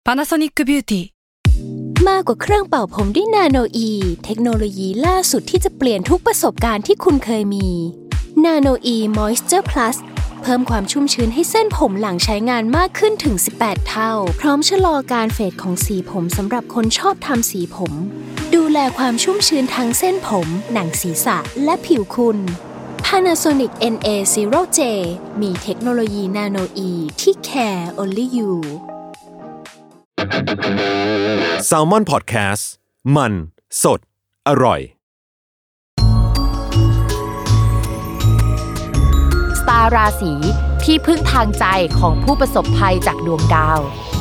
Panasonic Beauty มากกว่าเครื่องเป่าผมด้วยนาโนอีเทคโนโลยีล่าสุดที่จะเปลี่ยนทุกประสบการณ์ที่คุณเคยมีนาโนอีมอยส์เจอร์พลัสเพิ่มความชุ่มชื้นให้เส้นผมหลังใช้งานมากขึ้นถึง18เท่าพร้อมชะลอการเฟดของสีผมสำหรับคนชอบทำสีผมดูแลความชุ่มชื้นทั้งเส้นผมหนังศีรษะและผิวคุณ Panasonic NA0J มีเทคโนโลยีนาโนอีที่ care only you Salmon Podcast มันสดอร่อยสตาร์ราศีที่พึ่งทางใจของผู้ประสบภัยจากดวงดาว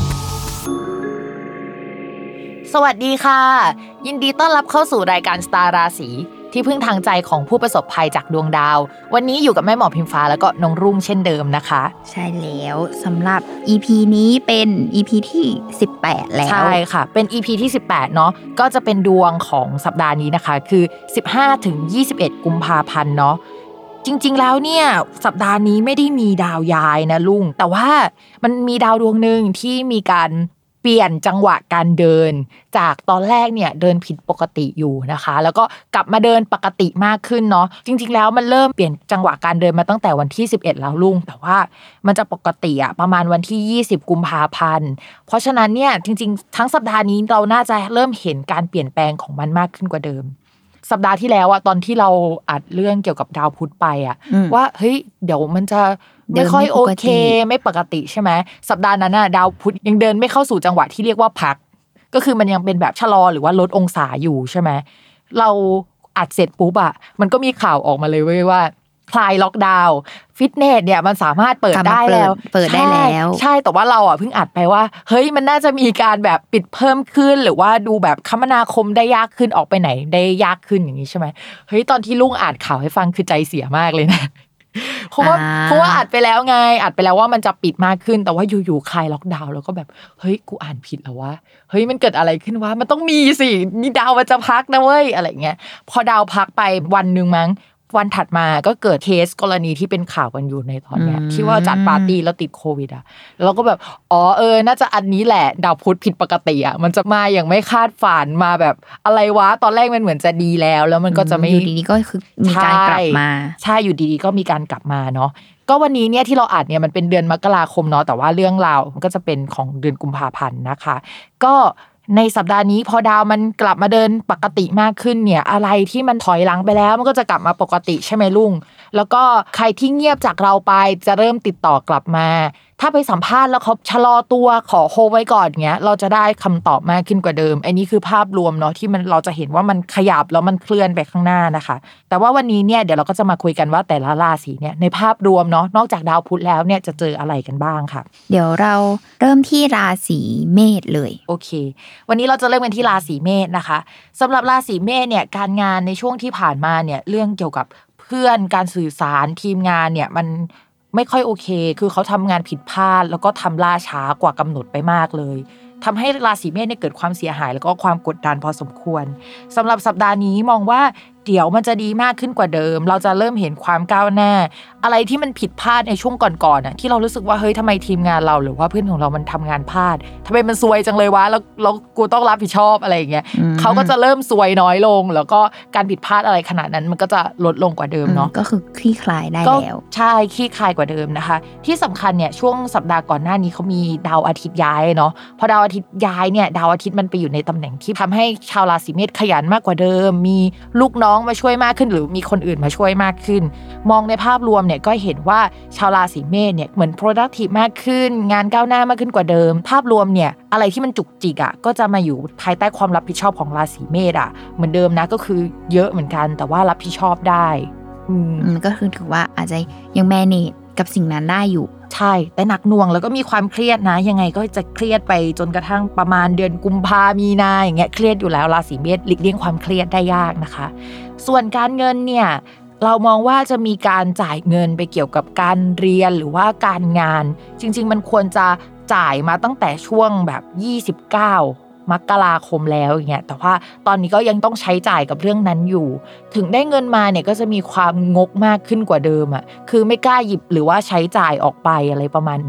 สวัสดีค่ะยินดีต้อนรับเข้าสู่รายการสตาร์ราศีที่พึ่งทางใจของผู้ประสบภัยจากดวงดาววันนี้อยู่กับแม่หมอพิมฟ้าแล้วก็น้องรุ่งเช่นเดิมนะคะใช่แล้วสำหรับ EP นี้เป็น EP ที่18แล้วใช่ค่ะเป็น EP ที่18เนาะก็จะเป็นดวงของสัปดาห์นี้นะคะคือ15ถึง21กุมภาพันธ์เนาะจริงๆแล้วเนี่ยสัปดาห์นี้ไม่ได้มีดาวย้ายนะลุงแต่ว่ามันมีดาวดวงนึงที่มีการเปลี่ยนจังหวะการเดินจากตอนแรกเนี่ยเดินผิดปกติอยู่นะคะแล้วก็กลับมาเดินปกติมากขึ้นเนาะจริงๆแล้วมันเริ่มเปลี่ยนจังหวะการเดินมาตั้งแต่วันที่11แล้วลุงแต่ว่ามันจะปกติอะประมาณวันที่20กุมภาพันธ์เพราะฉะนั้นเนี่ยจริงๆทั้งสัปดาห์นี้เราน่าจะเริ่มเห็นการเปลี่ยนแปลงของมันมากขึ้นกว่าเดิมสัปดาห์ที่แล้วอะตอนที่เราอัดเรื่องเกี่ยวกับดาวพุธไปอะว่าเฮ้ยเดี๋ยวมันจะไม่ค่อยโอเคไม่ปกติใช่ไหมสัปดาห์นั้นน่ะดาวพุธยังเดินไม่เข้าสู่จังหวะที่เรียกว่าพักก็คือมันยังเป็นแบบชะลอหรือว่าลดองศาอยู่ใช่ไหมเราอัดเสร็จปุ๊บอะมันก็มีข่าวออกมาเลยว่าคลายล็อกดาวน์ฟิตเนสเนี่ยมันสามารถเปิดได้แล้วใช่แต่ว่าเราอ่ะเพิ่งอัดไปว่าเฮ้ยมันน่าจะมีการแบบปิดเพิ่มขึ้นหรือว่าดูแบบคมนาคมได้ยากขึ้นออกไปไหนได้ยากขึ้นอย่างนี้ใช่ไหมเฮ้ยตอนที่ลุงอ่านข่าวให้ฟังคือใจเสียมากเลยนะเพราะว่าอัดไปแล้วไงอัดไปแล้วว่ามันจะปิดมากขึ้นแต่ว่าอยู่ๆคลายล็อกดาวน์แล้วก็แบบเฮ้ยกูอ่านผิดแล้ววะเฮ้ยมันเกิดอะไรขึ้นวะมันต้องมีสิมีดาวมันจะพักนะเว้ยอะไรเงี้ยพอดาวพักไปวันนึงมั้งวันถัดมาก็เกิดเคสกรณีที่เป็นข่าวกันอยู่ในตอนเนี้ยที่ว่าจัดปาร์ตี้แล้วติดโควิดอ่ะแล้วก็แบบน่าจะอันนี้แหละดาวพุธผิดปกติอ่ะมันจะมาอย่างไม่คาดฝันมาแบบอะไรวะตอนแรกมันเหมือนจะดีแล้วมันก็จะไม่อยู่ดีๆก็คือมีการกลับมาใช่อยู่ดีๆก็มีการกลับมาเนาะก็วันนี้เนี่ยที่เราอัดเนี่ยมันเป็นเดือนมกราคมเนาะแต่ว่าเรื่องราวมันก็จะเป็นของเดือนกุมภาพันธ์นะคะก็ในสัปดาห์นี้พอดาวมันกลับมาเดินปกติมากขึ้นเนี่ยอะไรที่มันถอยหลังไปแล้วมันก็จะกลับมาปกติใช่ไหมลุงแล้วก็ใครที่เงียบจากเราไปจะเริ่มติดต่อกลับมาถ้าไปสัมภาษณ์แล้วเขาชะลอตัวขอโฮไว้ก่อนเงี้ยเราจะได้คำตอบมากขึ้นกว่าเดิมอันนี้คือภาพรวมเนาะที่เราจะเห็นว่ามันขยับแล้วมันเคลื่อนไปข้างหน้านะคะแต่ว่าวันนี้เนี่ยเดี๋ยวเราก็จะมาคุยกันว่าแต่ละราศีเนี่ยในภาพรวมเนาะนอกจากดาวพุธแล้วเนี่ยจะเจออะไรกันบ้างค่ะเดี๋ยวเราเริ่มที่ราศีเมษเลยโอเควันนี้เราจะเริ่มกันที่ราศีเมษนะคะสำหรับราศีเมษเนี่ยการงานในช่วงที่ผ่านมาเนี่ยเรื่องเกี่ยวกับเพื่อนการสื่อสารทีมงานเนี่ยมันไม่ค่อยโอเคคือเขาทำงานผิดพลาดแล้วก็ทำล่าช้ากว่ากำหนดไปมากเลยทำให้ราศีเมษเนี่ยเกิดความเสียหายแล้วก็ความกดดันพอสมควรสำหรับสัปดาห์นี้มองว่าเดี๋ยวมันจะดีมากขึ้นกว่าเดิมเราจะเริ่มเห็นความก้าวหน้าอะไรที่มันผิดพลาดในช่วงก่อนๆน่ะที่เรารู้สึกว่าเฮ้ยทำไมทีมงานเราหรือว่าเพื่อนของเรามันทำงานพลาดทำไมมันซวยจังเลยวะแล้วกูต้องรับผิดชอบอะไรอย่างเงี้ยเขาก็จะเริ่มซวยน้อยลงแล้วก็การผิดพลาดอะไรขนาดนั้นมันก็จะลดลงกว่าเดิมเนาะก็คือคลี่คลายได้แล้วใช่คลี่คลายกว่าเดิมนะคะที่สำคัญเนี่ยช่วงสัปดาห์ก่อนหน้านี้เขามีดาวอาทิตย์ย้ายเนาะพอดาวอาทิตย์ย้ายเนี่ยดาวอาทิตย์มันไปอยู่ในตำแหน่งที่ทำให้ชาวราศีเมษขยันมากกว่าเดิมมีลูกน้องมาช่วยมากขึ้นหรือมีคนอื่นมาช่วยมากขึ้นมองในภาพรวมเนี่ยก็เห็นว่าชาวราศีเมษเนี่ยเหมือน productive มากขึ้นงานก้าวหน้ามากขึ้นกว่าเดิมภาพรวมเนี่ยอะไรที่มันจุกจิกอ่ะก็จะมาอยู่ภายใต้ความรับผิดชอบของราศีเมษอ่ะเหมือนเดิมนะก็คือเยอะเหมือนกันแต่ว่ารับผิดชอบได้ก็คือถือว่าอาจจะยังแมเนจกับสิ่งนั้นได้อยู่ใช่แต่หนักหน่วงแล้วก็มีความเครียดนะยังไงก็จะเครียดไปจนกระทั่งประมาณเดือนกุมภามีนาอย่างเงี้ยเครียดอยู่แล้วราศีเมษหลีกเลี่ยงความเครียดได้ยากนะคะส่วนการเงินเนี่ยเรามองว่าจะมีการจ่ายเงินไปเกี่ยวกับการเรียนหรือว่าการงานจริงๆมันควรจะจ่ายมาตั้งแต่ช่วงแบบ29มกราคมแล้วอย่างเงี้ยแต่ว่าตอนนี้ก็ยังต้องใช้จ่ายกับเรื่องนั้นอยู่ถึงได้เงินมาเนี่ยก็จะมีความงกมากขึ้นกว่าเดิมอ่ะคือไม่กล้าหยิบหรือว่าใช้จ่ายออกไปอะไรประมาณนี้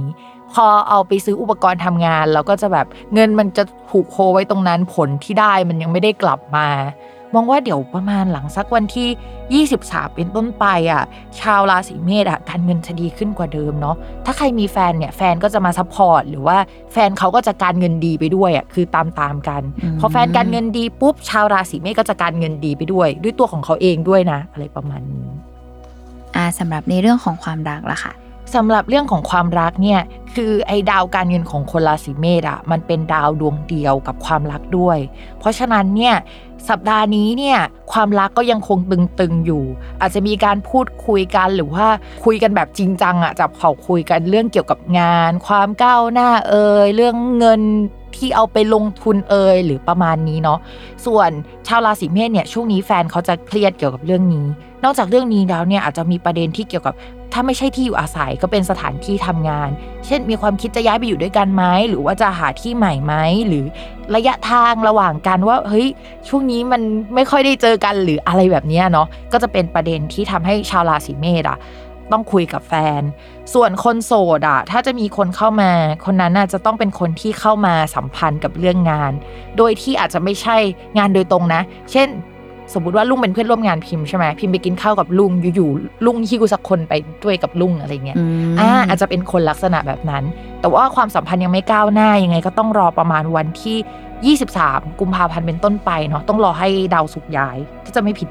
พอเอาไปซื้ออุปกรณ์ทำงานแล้วก็จะแบบเงินมันจะถูกโคไว้ตรงนั้นผลที่ได้มันยังไม่ได้กลับมามองว่าเดี๋ยวประมาณหลังสักวันที่23เป็นต้นไปชาวราศีเมษการเงินจะดีขึ้นกว่าเดิมเนาะถ้าใครมีแฟนเนี่ยแฟนก็จะมาซัพพอร์ตหรือว่าแฟนเขาก็จะการเงินดีไปด้วยคือตามกันพอแฟนการเงินดีปุ๊บชาวราศีเมษก็จะการเงินดีไปด้วยตัวของเขาเองด้วยนะอะไรประมาณนี้สำหรับในเรื่องของความรักล่ะค่ะสำหรับเรื่องของความรักเนี่ยคือไอ้ดาวการเงินของคนราศีเมษมันเป็นดาวดวงเดียวกับความรักด้วยเพราะฉะนั้นเนี่ยสัปดาห์นี้เนี่ยความรักก็ยังคงตึงๆอยู่อาจจะมีการพูดคุยกันหรือว่าคุยกันแบบจริงจังจับเข่าคุยกันเรื่องเกี่ยวกับงานความก้าวหน้าเรื่องเงินที่เอาไปลงทุนหรือประมาณนี้เนาะส่วนชาวราศีเมษเนี่ยช่วงนี้แฟนเขาจะเครียดเกี่ยวกับเรื่องนี้นอกจากเรื่องนี้แล้วเนี่ยอาจจะมีประเด็นที่เกี่ยวกับถ้าไม่ใช่ที่อยู่อาศัยก็เป็นสถานที่ทำงานเช่นมีความคิดจะย้ายไปอยู่ด้วยกันไหมหรือว่าจะหาที่ใหม่ไหมหรือระยะทางระหว่างกันว่าเฮ้ยช่วงนี้มันไม่ค่อยได้เจอกันหรืออะไรแบบนี้เนาะก็จะเป็นประเด็นที่ทำให้ชาวราศีเมษต้องคุยกับแฟนส่วนคนโสดถ้าจะมีคนเข้ามาคนนั้นจะต้องเป็นคนที่เข้ามาสัมพันธ์กับเรื่องงานโดยที่อาจจะไม่ใช่งานโดยตรงนะเช่นสมมติว่าลุงเป็นเพื่อนร่วมงานพิมพ์ใช่ไหมพิมพ์ไปกินข้าวกับลุงอยู่ๆลุงฮิ้วสักคนไปด้วยกับลุงอะไรเงี้ยอาจจะเป็นคนลักษณะแบบนั้นแต่ว่าความสัมพันธ์ยังไม่ก้าวหน้ายังไงก็ต้องรอประมาณวันที่23กุมภาพันธ์เป็นต้นไปเนาะต้องรอให้ดาวศุกร์ย้ายถ้าจะไม่ผิด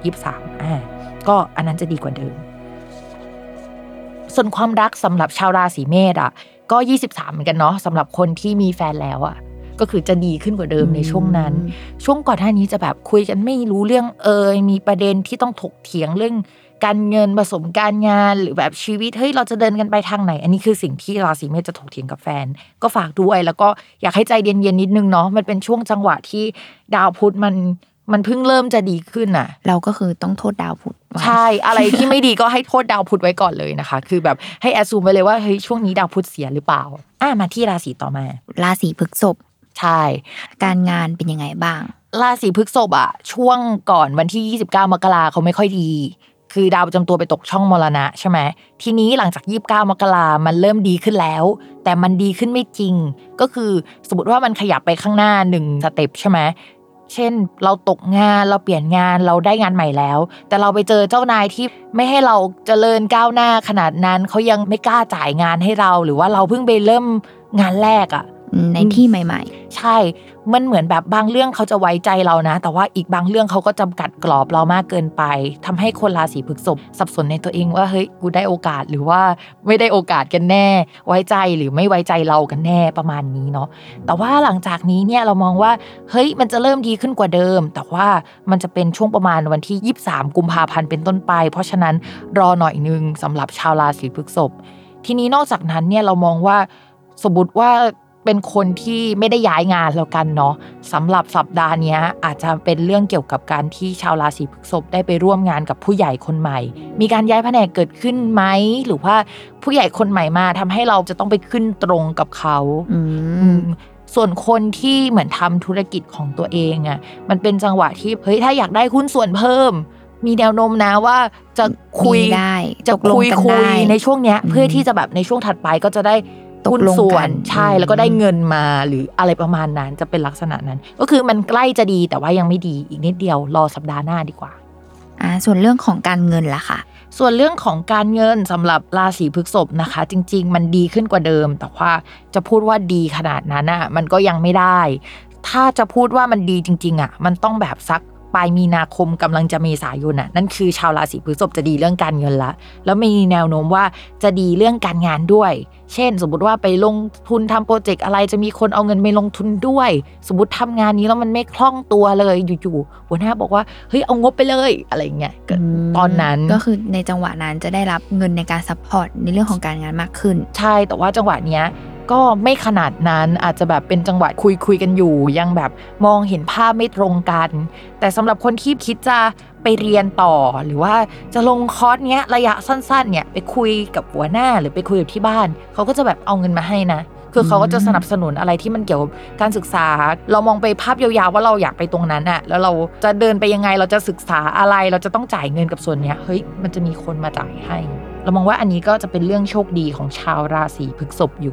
23ก็อันนั้นจะดีกว่าเดิมส่วนความรักสำหรับชาวราศีเมษก็23เหมือนกันเนาะสำหรับคนที่มีแฟนแล้วก็คือจะดีขึ้นกว่าเดิมในช่วงนั้นช่วงก่อนหน้านี้จะแบบคุยกันไม่รู้เรื่องมีประเด็นที่ต้องถกเถียงเรื่องการเงินผสมการงานหรือแบบชีวิตเฮ้ยเราจะเดินกันไปทางไหนอันนี้คือสิ่งที่ราศีเมษจะถกเถียงกับแฟนก็ฝากด้วยแล้วก็อยากให้ใจเย็นๆนิดนึงเนาะมันเป็นช่วงจังหวะที่ดาวพุธมันเพิ่งเริ่มจะดีขึ้นเราก็คือต้องโทษดาวพุธใช่อะไรที่ไม่ดีก็ให้โทษดาวพุธไว้ก่อนเลยนะคะคือแบบให้แอสซูมไว้เลยว่าเฮ้ยช่วงนี้ดาวพุธเสียหรือเปล่ามาที่ราศีต่อมาราศีพฤษภใช่การงานเป็นยังไงบ้างราศีพฤษภช่วงก่อนวันที่29มกราเขาไม่ค่อยดีคือดาวประจำตัวไปตกช่องมรณะใช่ไหมทีนี้หลังจาก29มกรามันเริ่มดีขึ้นแล้วแต่มันดีขึ้นไม่จริงก็คือสมมติว่ามันขยับไปข้างหน้า1สเต็ปใช่ไหมเช่นเราตกงานเราเปลี่ยนงานเราได้งานใหม่แล้วแต่เราไปเจอเจ้านายที่ไม่ให้เราเจริญก้าวหน้าขนาดนั้นเขายังไม่กล้าจ่ายงานให้เราหรือว่าเราเพิ่งไปเริ่มงานแรกในที่ใหม่ๆใช่มันเหมือนแบบบางเรื่องเขาจะไว้ใจเรานะแต่ว่าอีกบางเรื่องเขาก็จำกัดกรอบเรามากเกินไปทำให้คนราศีพฤษภสับสนในตัวเองว่าเฮ้ยกูได้โอกาสหรือว่าไม่ได้โอกาสกันแน่ไว้ใจหรือไม่ไว้ใจเรากันแน่ประมาณนี้เนาะแต่ว่าหลังจากนี้เนี่ยเรามองว่าเฮ้ยมันจะเริ่มดีขึ้นกว่าเดิมแต่ว่ามันจะเป็นช่วงประมาณวันที่23กุมภาพันธ์เป็นต้นไปเพราะฉะนั้นรอหน่อยนึงสำหรับชาวราศีพฤษภทีนี้นอกจากนั้นเนี่ยเรามองว่าสมมติว่าเป็นคนที่ไม่ได้ย้ายงานแล้วกันเนาะสำหรับสัปดาห์นี้อาจจะเป็นเรื่องเกี่ยวกับการที่ชาวราศีพฤษภได้ไปร่วมงานกับผู้ใหญ่คนใหม่มีการย้ายแผนกเกิดขึ้นไหมหรือว่าผู้ใหญ่คนใหม่มาทำให้เราจะต้องไปขึ้นตรงกับเขาส่วนคนที่เหมือนทำธุรกิจของตัวเองมันเป็นจังหวะที่เฮ้ยถ้าอยากได้หุ้นส่วนเพิ่มมีแนวโน้มนะว่าจะคุยได้จะคุยในช่วงเนี้ยเพื่อที่จะแบบในช่วงถัดไปก็จะได้หุ้นส่วนใช่แล้วก็ได้เงินมาหรืออะไรประมาณนั้นจะเป็นลักษณะนั้นก็คือมันใกล้จะดีแต่ว่ายังไม่ดีอีกนิดเดียวรอสัปดาห์หน้าดีกว่าส่วนเรื่องของการเงินล่ะค่ะส่วนเรื่องของการเงินสำหรับราศีพฤษภนะคะจริงๆมันดีขึ้นกว่าเดิมแต่ว่าจะพูดว่าดีขนาดนั้นมันก็ยังไม่ได้ถ้าจะพูดว่ามันดีจริงๆมันต้องแบบสักปลายมีนาคมกำลังจะเมษายนนั่นคือชาวราศีพฤษภจะดีเรื่องการเงินละแล้วมีแนวโน้มว่าจะดีเรื่องการงานด้วยเช่นสมมติว่าไปลงทุนทำโปรเจกต์อะไรจะมีคนเอาเงินไปลงทุนด้วยสมมติทำงานนี้แล้วมันไม่คล่องตัวเลยอยู่ๆหัวหน้าบอกว่าเฮ้ยเอางบไปเลยอะไรเงี้ยตอนนั้นก็คือในจังหวะนั้นจะได้รับเงินในการซัพพอร์ตในเรื่องของการงานมากขึ้นใช่แต่ว่าจังหวะเนี้ยก็ไม่ขนาดนั้นอาจจะแบบเป็นจังหวะคุยกันอยู่ยังแบบมองเห็นภาพไม่ตรงกันแต่สำหรับคนที่คิดจะไปเรียนต่อหรือว่าจะลงคอร์สเนี้ยระยะสั้นๆเนี่ยไปคุยกับหัวหน้าหรือไปคุยกับที่บ้านเขาก็จะแบบเอาเงินมาให้นะคือเขาก็จะสนับสนุนอะไรที่มันเกี่ยวกับการศึกษาเรามองไปภาพยาวๆว่าเราอยากไปตรงนั้นแล้วเราจะเดินไปยังไงเราจะศึกษาอะไรเราจะต้องจ่ายเงินกับส่วนเนี้ยเฮ้ยมันจะมีคนมาจ่ายให้เรามองว่าอันนี้ก็จะเป็นเรื่องโชคดีของชาวราศีพฤษภอยู่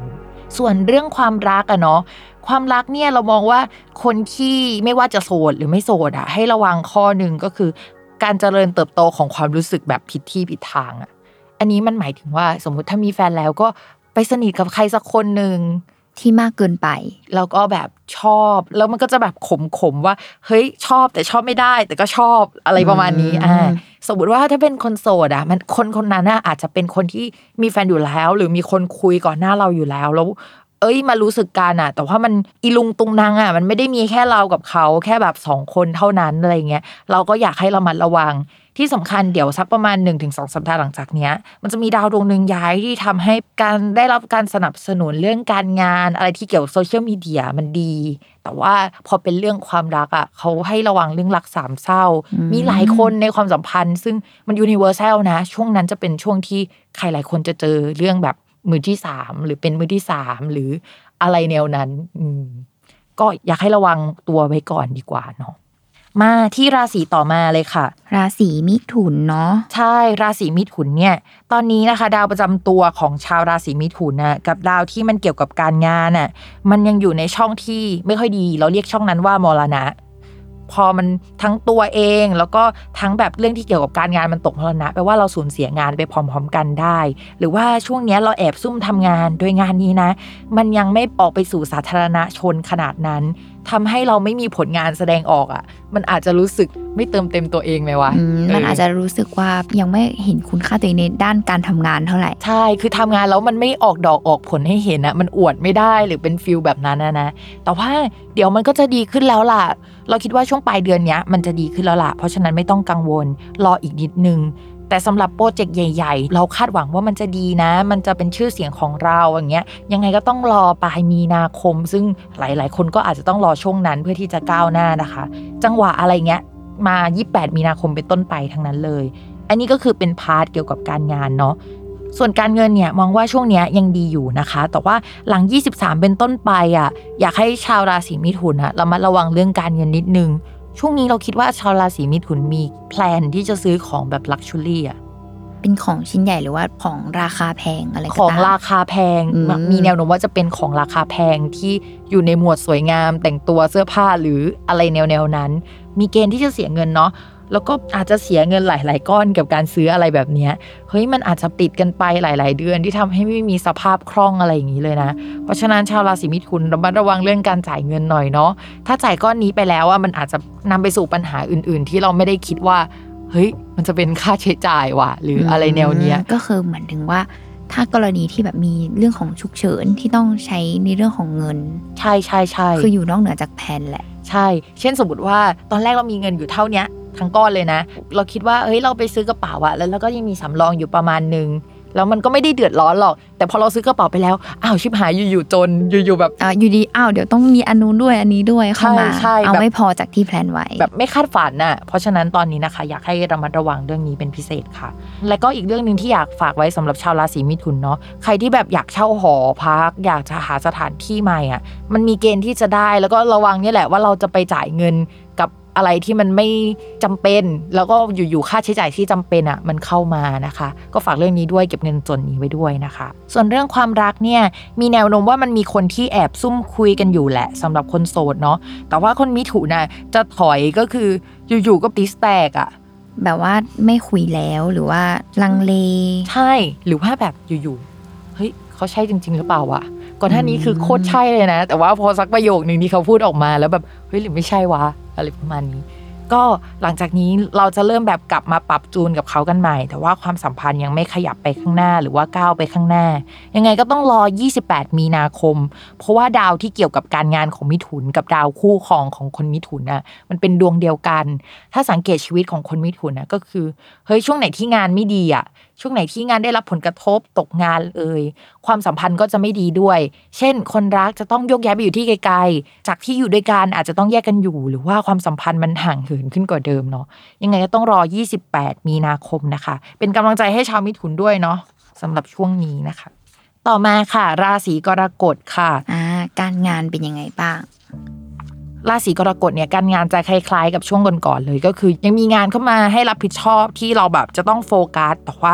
ส่วนเรื่องความรักอะเนาะความรักเนี่ยเรามองว่าคนที่ไม่ว่าจะโสดหรือไม่โสดอะให้ระวังข้อหนึ่งก็คือการเจริญเติบโตของความรู้สึกแบบผิดที่ผิดทางอะอันนี้มันหมายถึงว่าสมมุติถ้ามีแฟนแล้วก็ไปสนิทกับใครสักคนหนึ่งที่มากเกินไปแล้วก็แบบชอบแล้วมันก็จะแบบขมว่าเฮ้ยชอบแต่ชอบไม่ได้แต่ก็ชอบอะไรประมาณนี้สมมติว่าถ้าเป็นคนโสดอ่ะมันคนนั้นน่ะอาจจะเป็นคนที่มีแฟนอยู่แล้วหรือมีคนคุยก่อนหน้าเราอยู่แล้วมารู้สึกกันอ่ะแต่ว่ามันอีลุงตุงนางอ่ะมันไม่ได้มีแค่เรากับเขาแค่แบบ2คนเท่านั้นอะไรเงี้ยเราก็อยากให้ระมัดระวังที่สำคัญเดี๋ยวสักประมาณ 1-2 สัปดาห์หลังจากเนี้ยมันจะมีดาวดวงนึงย้ายที่ทำให้การได้รับการสนับสนุนเรื่องการงานอะไรที่เกี่ยวกับโซเชียลมีเดียมันดีแต่ว่าพอเป็นเรื่องความรักอ่ะเขาให้ระวังเรื่องรักสามเศร้ามีหลายคนในความสัมพันธ์ซึ่งมันยูนิเวอร์แซลนะช่วงนั้นจะเป็นช่วงที่ใครหลายคนจะเจอเรื่องแบบมือที่3หรือเป็นมือที่3หรืออะไรแนวนั้นก็อยากให้ระวังตัวไว้ก่อนดีกว่าเนาะมาที่ราศีต่อมาเลยค่ะราศีมิถุนเนาะใช่ราศีมิถุนเนี่ยตอนนี้นะคะดาวประจำตัวของชาวราศีมิถุนนะกับดาวที่มันเกี่ยวกับการงานน่ะมันยังอยู่ในช่องที่ไม่ค่อยดีเราเรียกช่องนั้นว่ามรณะพอมันทั้งตัวเองแล้วก็ทั้งแบบเรื่องที่เกี่ยวกับการงานมันตกมรณะแปลว่าเราสูญเสียงานไปพร้อมๆกันได้หรือว่าช่วงนี้เราแอบซุ่มทำงานโดยงานนี้นะมันยังไม่ออกไปสู่สาธารณชนขนาดนั้นทำให้เราไม่มีผลงานแสดงออกอ่ะมันอาจจะรู้สึกไม่เติมเต็มตัวเองไหมวะมันอาจจะรู้สึกว่ายังไม่เห็นคุณค่าตัวเองในด้านการทำงานเท่าไหร่ใช่คือทำงานแล้วมันไม่ออกดอกออกผลให้เห็นนะมันอวดไม่ได้หรือเป็นฟีลแบบนั้นนะแต่ว่าเดี๋ยวมันก็จะดีขึ้นแล้วล่ะเราคิดว่าช่วงปลายเดือนนี้มันจะดีขึ้นแล้วล่ะเพราะฉะนั้นไม่ต้องกังวลรออีกนิดนึงแต่สำหรับโปรเจกต์ใหญ่ๆเราคาดหวังว่ามันจะดีนะมันจะเป็นชื่อเสียงของเราอย่างเงี้ยยังไงก็ต้องรอปลายมีนาคมซึ่งหลายๆคนก็อาจจะต้องรอช่วงนั้นเพื่อที่จะก้าวหน้านะคะจังหวะอะไรเงี้ยมา28มีนาคมเป็นต้นไปทั้งนั้นเลยอันนี้ก็คือเป็นพาร์ทเกี่ยวกับการงานเนาะส่วนการเงินเนี่ยมองว่าช่วงนี้ยังดีอยู่นะคะแต่ว่าหลัง23เป็นต้นไปอ่ะอยากให้ชาวราศีมิถุนนะระมัดระวังเรื่องการเงินนิดนึงช่วงนี้เราคิดว่าชาวราศีมิถุนมีแพลนที่จะซื้อของแบบลักชัวรี่อ่ะเป็นของชิ้นใหญ่หรือว่าของราคาแพงอะไรก็ตามของราคาแพงมีแนวโน้มว่าจะเป็นของราคาแพงที่อยู่ในหมวดสวยงามแต่งตัวเสื้อผ้าหรืออะไรแนวนั้นมีเกณฑ์ที่จะเสียเงินเนาะแล้วก็อาจจะเสียเงินหลายๆก้อนกับการซื้ออะไรแบบนี้เฮ้ยมันอาจจะติดกันไปหลายๆเดือนที่ทำให้ไม่มีสภาพคล่องอะไรอย่างนี้เลยนะเพราะฉะนั้นชาวราศีมิถุนระมัดระวังเรื่องการจ่ายเงินหน่อยเนาะถ้าจ่ายก้อนนี้ไปแล้วมันอาจจะนำไปสู่ปัญหาอื่นๆที่เราไม่ได้คิดว่าเฮ้ยมันจะเป็นค่าใช้จ่ายว่ะหรืออะไรแนวเนี้ยก็คือเหมือนถึงว่าถ้ากรณีที่แบบมีเรื่องของฉุกเฉินที่ต้องใช้ในเรื่องของเงินใช่ใช่ใช่คืออยู่นอกเหนือจากแผนแหละใช่เช่นสมมติว่าตอนแรกเรามีเงินอยู่เท่านี้ทั้งก้อนเลยนะเราคิดว่าเฮ้ยเราไปซื้อกระเป๋าอะแล้วก็ยังมีสำรองอยู่ประมาณนึงแล้วมันก็ไม่ได้เดือดร้อนหรอกแต่พอเราซื้อกระเป๋าไปแล้วอ้าวชิบหายอยู่ๆจนอยู่ๆแบบอยู่ดีอ้าวเดี๋ยวต้องมีอันนู้นด้วยอันนี้ด้วยเข้ามาเอาไม่พอจากที่แพลนไว้แบบไม่คาดฝันน่ะเพราะฉะนั้นตอนนี้นะคะอยากให้ระมัดระวังเรื่องนี้เป็นพิเศษค่ะและก็อีกเรื่องนึงที่อยากฝากไว้สำหรับชาวราศีมิถุนเนาะใครที่แบบอยากเช่าหอพักอยากจะหาสถานที่ใหม่อ่ะมันมีเกณฑ์ที่จะได้แล้วก็ระวังนี่แหละว่าเราจะไปจ่ายเงินกับอะไรที่มันไม่จำเป็นแล้วก็อยู่ๆค่าใช้จ่ายที่จำเป็นอ่ะมันเข้ามานะคะก็ฝากเรื่องนี้ด้วยเก็บเงินส่วนนี้ไว้ด้วยนะคะส่วนเรื่องความรักเนี่ยมีแนวโน้มว่ามันมีคนที่แอบซุ่มคุยกันอยู่แหละสำหรับคนโสดเนาะแต่ว่าคนมิถุนน่ะจะถอยก็คืออยู่ๆก็ดิสแตกอ่ะแบบว่าไม่คุยแล้วหรือว่าลังเลใช่หรือว่าแบบอยู่ๆเฮ้ยเขาใช่จริงๆหรือเปล่าวะก่อนหน้านี้คือโคตรใช่เลยนะแต่ว่าพอสักประโยคนึงที่เขาพูดออกมาแล้วแบบเฮ้ยหรือไม่ใช่วะอะไรประมาณนี้ก็หลังจากนี้เราจะเริ่มแบบกลับมาปรับจูนกับเขากันใหม่แต่ว่าความสัมพันธ์ยังไม่ขยับไปข้างหน้าหรือว่าก้าวไปข้างหน้ายังไงก็ต้องรอ28มีนาคมเพราะว่าดาวที่เกี่ยวกับการงานของมิถุนกับดาวคู่ครองของคนมิถุนน่ะมันเป็นดวงเดียวกันถ้าสังเกตชีวิตของคนมิถุนน่ะก็คือเฮ้ยช่วงไหนที่งานไม่ดีอ่ะช่วงไหนที่งานได้รับผลกระทบตกงานความสัมพันธ์ก็จะไม่ดีด้วยเช่นคนรักจะต้องโยกย้ายไปอยู่ที่ไกลๆจากที่อยู่ด้วยกันอาจจะต้องแยกกันอยู่หรือว่าความสัมพันธ์มันห่างเหินขึ้นกว่าเดิมเนาะยังไงก็ต้องรอ28มีนาคมนะคะเป็นกำลังใจให้ชาวมิถุนด้วยเนาะสำหรับช่วงนี้นะคะต่อมาค่ะราศีกรกฎค่ะการงานเป็นยังไงบ้างราศีกรกฎเนี่ยการงานจะคล้ายๆกับช่วงก่อนๆเลยก็คือยังมีงานเข้ามาให้รับผิดชอบที่เราแบบจะต้องโฟกัสแต่ว่า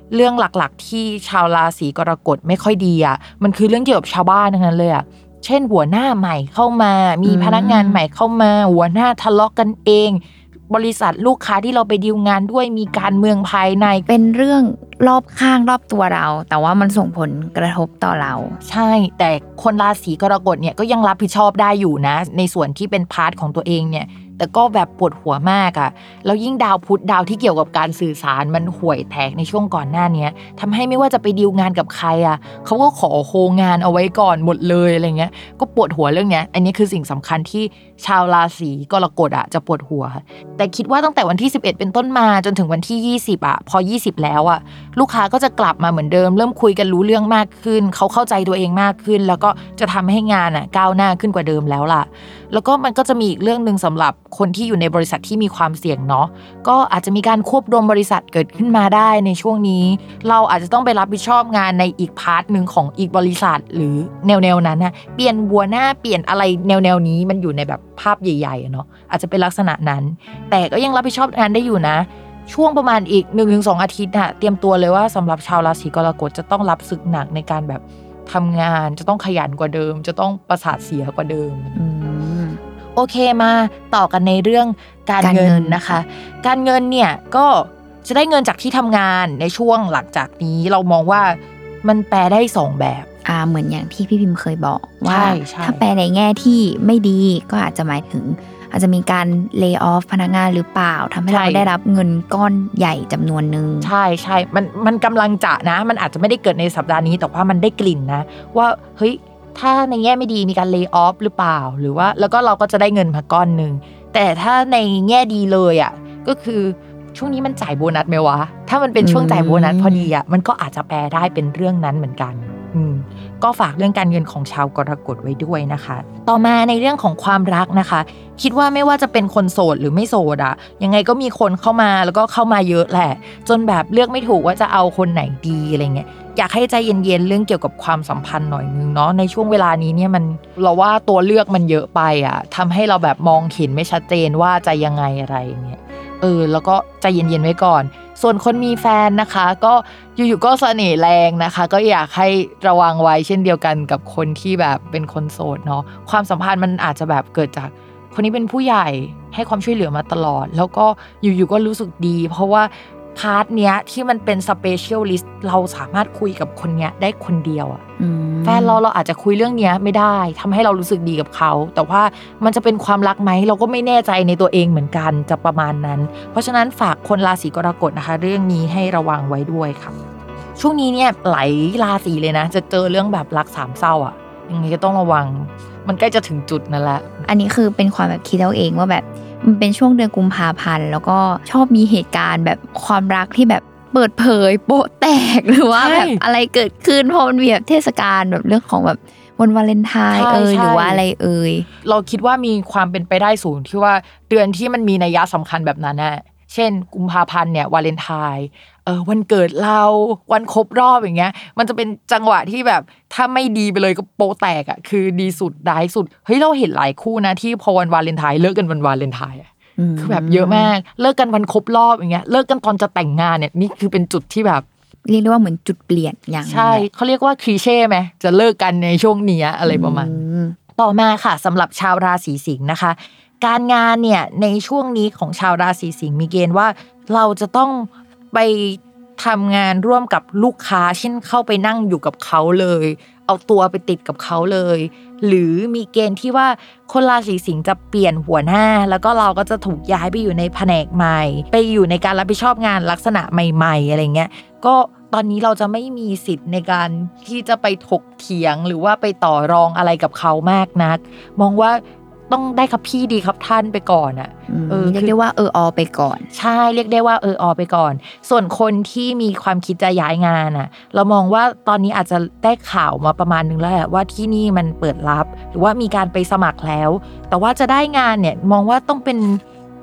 เรื่องหลักๆที่ชาวราศีกรกฎไม่ค่อยดีอ่ะมันคือเรื่องเกี่ยวกับชาวบ้านทั้งนั้นเลยอ่ะเช่นหัวหน้าใหม่เข้ามามีพนักงานใหม่เข้ามาหัวหน้าทะเลาะกันเองบริษัทลูกค้าที่เราไปดีลงานด้วยมีการเมืองภายในเป็นเรื่องรอบข้างรอบตัวเราแต่ว่ามันส่งผลกระทบต่อเราใช่แต่คนราศีกรกฎเนี่ยก็ยังรับผิดชอบได้อยู่นะในส่วนที่เป็นพาร์ทของตัวเองเนี่ยแต่ก็แบบปวดหัวมากอ่ะแล้วยิ่งดาวพุธดาวที่เกี่ยวกับการสื่อสารมันห่วยแตกในช่วงก่อนหน้านี้ทำให้ไม่ว่าจะไปดีลงานกับใครอ่ะเขาก็ขอโคงานเอาไว้ก่อนหมดเลยอะไรเงี้ยก็ปวดหัวเรื่องเนี้ยอันนี้คือสิ่งสำคัญที่ชาวราศีกรกฎอ่ะจะปวดหัวแต่คิดว่าตั้งแต่วันที่11เป็นต้นมาจนถึงวันที่20อ่ะพอ20แล้วอ่ะลูกค้าก็จะกลับมาเหมือนเดิมเริ่มคุยกันรู้เรื่องมากขึ้นเขาเข้าใจตัวเองมากขึ้นแล้วก็จะทำให้งานอ่ะก้าวหน้าขึ้นกว่าเดิมแล้วล่ะแล้วก็มันก็จะมีอีกเรื่องนึงสำหรับคนที่อยู่ในบริษัทที่มีความเสี่ยงเนาะก็อาจจะมีการควบรวมบริษัทเกิดขึ้นมาได้ในช่วงนี้เราอาจจะต้องไปรับผิดชอบงานในอีกพาร์ทนึงของอีกบริษัทหรือแนวนั้นนะเปลี่ยนหัวหน้าเปลี่ยนอะไรแนวนี้มันอยู่ในแบบภาพใหญ่ๆเนาะอาจจะเป็นลักษณะนั้นแต่ก็ยังรับผิดชอบงานได้อยู่นะช่วงประมาณอีก 1-2 อาทิตย์เตรียมตัวเลยว่าสำหรับชาวราศีกรกฎจะต้องรับศึกหนักในการแบบทำงานจะต้องขยันกว่าเดิมจะต้องประสาทเสียกว่าเดิมโอเคมาต่อกันในเรื่องการเงินนะคะการเงินเนี่ยก็จะได้เงินจากที่ทำงานในช่วงหลังจากนี้เรามองว่ามันแปลได้2แบบเหมือนอย่างที่พี่พิมพ์เคยบอกว่าถ้าแปลในแง่ที่ไม่ดีก็อาจจะหมายถึงอาจจะมีการเลย์ออฟพนักงานหรือเปล่าทำให้เราได้รับเงินก้อนใหญ่จำนวนนึงใช่มันกำลังจะนะมันอาจจะไม่ได้เกิดในสัปดาห์นี้แต่ว่ามันได้กลิ่นนะว่าเฮ้ยถ้าในแง่ไม่ดีมีการเลย์ออฟหรือเปล่าหรือว่าแล้วก็เราก็จะได้เงินมาก้อนนึงแต่ถ้าในแง่ดีเลยอ่ะก็คือช่วงนี้มันจ่ายโบนัสไหมวะถ้ามันเป็นช่วงจ่ายโบนัสพอดีอ่ะมันก็อาจจะแปลได้เป็นเรื่องนั้นเหมือนกันก็ฝากเรื่องการเงินของชาวกรกฎไว้ด้วยนะคะต่อมาในเรื่องของความรักนะคะคิดว่าไม่ว่าจะเป็นคนโสดหรือไม่โสดอะยังไงก็มีคนเข้ามาแล้วก็เข้ามาเยอะแหละจนแบบเลือกไม่ถูกว่าจะเอาคนไหนดีอะไรเงี้ยอยากให้ใจเย็นๆเรื่องเกี่ยวกับความสัมพันธ์หน่อยนึงเนาะในช่วงเวลานี้เนี่ยมันเราว่าตัวเลือกมันเยอะไปอะทำให้เราแบบมองเห็นไม่ชัดเจนว่าจะยังไงอะไรเงี้ยแล้วก็ใจเย็นๆไว้ก่อนส่วนคนมีแฟนนะคะก็อยู่ๆก็เสน่ห์แรงนะคะก็อยากให้ระวังไว้เช่นเดียวกันกับคนที่แบบเป็นคนโสดเนาะความสัมพันธ์มันอาจจะแบบเกิดจากคนนี้เป็นผู้ใหญ่ให้ความช่วยเหลือมาตลอดแล้วก็อยู่ๆก็รู้สึกดีเพราะว่าพาร์ทเนี้ยที่มันเป็นสเปเชียลลิสต์เราสามารถคุยกับคนเนี้ยได้คนเดียวแฟนเราอาจจะคุยเรื่องเนี้ยไม่ได้ทำให้เรารู้สึกดีกับเขาแต่ว่ามันจะเป็นความรักไหมเราก็ไม่แน่ใจในตัวเองเหมือนกันจะประมาณนั้นเพราะฉะนั้นฝากคนราศีกรกฎนะคะเรื่องนี้ให้ระวังไว้ด้วยค่ะช่วงนี้เนี่ยหลายราศีเลยนะจะเจอเรื่องแบบรักสามเศร้ายังไงก็ต้องระวังมันใกล้จะถึงจุดนั่นแหละอันนี้คือเป็นความแบบคิดเอาเองว่าแบบมันเป็นช่วงเดือนกุมภาพันธ์แล้วก็ชอบมีเหตุการณ์แบบความรักที่แบบเปิดเผยโป๊ะแตกหรือว่าแบบอะไรเกิดขึ้นเพราะมันมีแบบเทศกาลแบบเรื่องของแบบวันวาเลนไทน์หรือว่าอะไรเราคิดว่ามีความเป็นไปได้สูงที่ว่าเดือนที่มันมีนัยยะสำคัญแบบนั้นนะเช่นกุมภาพันธ์เนี่ยวาเลนไทน์วันเกิดเราวันครบรอบอย่างเงี้ยมันจะเป็นจังหวะที่แบบถ้าไม่ดีไปเลยก็โปแตกคือดีสุดร้ายสุดเฮ้ยเราเห็นหลายคู่นะที่พอวันวาเลนไทน์เลิกกันวันวาเลนไทน์คือแบบเยอะมากเลิกกันวันครบรอบอย่างเงี้ยเลิกกันตอนจะแต่งงานเนี่ยนี่คือเป็นจุดที่แบบเรียกได้ว่าเหมือนจุดเปลี่ยนอย่างใช่เขาเรียกว่าคลีเช่ไหมจะเลิกกันในช่วงนี้อะไรประมาณต่อมาค่ะสำหรับชาวราศีสิงห์นะคะการงานเนี่ยในช่วงนี้ของชาวราศีสิงห์มีเกณฑ์ว่าเราจะต้องไปทำงานร่วมกับลูกค้าเช่นเข้าไปนั่งอยู่กับเขาเลยเอาตัวไปติดกับเขาเลยหรือมีเกณฑ์ที่ว่าคนราศีสิงห์จะเปลี่ยนหัวหน้าแล้วก็เราก็จะถูกย้ายไปอยู่ในแผนกใหม่ไปอยู่ในการรับผิดชอบงานลักษณะใหม่ๆอะไรเงี้ยก็ตอนนี้เราจะไม่มีสิทธิ์ในการที่จะไปถกเถียงหรือว่าไปต่อรองอะไรกับเขามากนักมองว่าต้องได้ครับพี่ดีครับท่านไปก่อนเรียกได้ว่าอไปก่อนใช่เรียกได้ว่าอไปก่อนส่วนคนที่มีความคิดจะย้ายงานเรามองว่าตอนนี้อาจจะได้ข่าวมาประมาณนึงแล้วแหละว่าที่นี่มันเปิดรับหรือว่ามีการไปสมัครแล้วแต่ว่าจะได้งานเนี่ยมองว่าต้องเป็น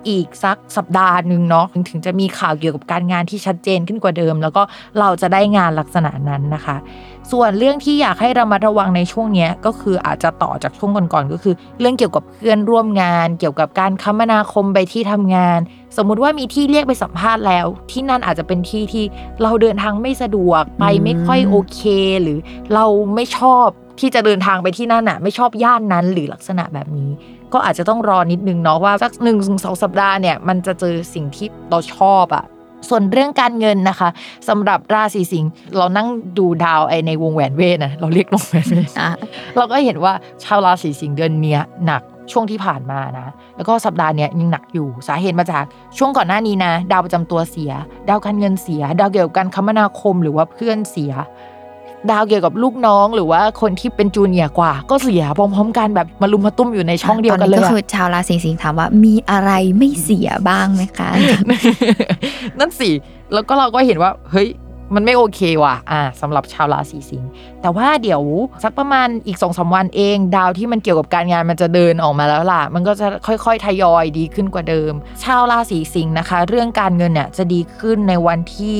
อีกสักสัปดาห์นึงเนาะถึงจะมีข่าวเกี่ยวกับการงานที่ชัดเจนขึ้นกว่าเดิมแล้วก็เราจะได้งานลักษณะนั้นนะคะส่วนเรื่องที่อยากให้ระมัดระวังในช่วงนี้ก็คืออาจจะต่อจากช่วงก่อนๆก็คือเรื่องเกี่ยวกับเพื่อนร่วมงานเกี่ยวกับการคมนาคมไปที่ทำงานสมมุติว่ามีที่เรียกไปสัมภาษณ์แล้วที่นั่นอาจจะเป็นที่ที่เราเดินทางไม่สะดวกไปไม่ค่อยโอเคหรือเราไม่ชอบที่จะเดินทางไปที่นั่นน่ะไม่ชอบย่านนั้นหรือลักษณะแบบนี้ก็อาจจะต้องรอนิดนึงเนาะว่าสัก 1-2 สัปดาห์เนี่ยมันจะเจอสิ่งที่เราชอบอ่ะส่วนเรื่องการเงินนะคะสำหรับราศีสิงห์เรานั่งดูดาวในวงแหวนเวทนะเราเรียกวงแหวนเวทเราก็เห็นว่าชาวราศีสิงห์เดือนนี้หนักช่วงที่ผ่านมานะแล้วก็สัปดาห์นี้ยังหนักอยู่สาเหตุมาจากช่วงก่อนหน้านี้นะดาวประจำตัวเสียดาวการเงินเสียดาวเกี่ยวกับการคมนาคมหรือว่าเพื่อนเสียดาวเกี่ยวกับลูกน้องหรือว่าคนที่เป็นจูเนียร์กว่าก็เสียพร้อมๆกันแบบมาลุมมาตุ้มอยู่ในช่องเดียวกันเลยตอนนี้ก็คือชาวราศีสิงห์ถามว่ามีอะไรไม่เสียบ้างไหมคะนั่นสิแล้วก็เราก็เห็นว่าเฮ้ยมันไม่โอเคว่ะสำหรับชาวราศีสิงห์แต่ว่าเดี๋ยวสักประมาณอีก 2-3 วันเองดาวที่มันเกี่ยวกับการงานมันจะเดินออกมาแล้วล่ะมันก็จะค่อยๆทยอยดีขึ้นกว่าเดิมชาวราศีสิงห์นะคะเรื่องการเงินเนี่ยจะดีขึ้นในวันที่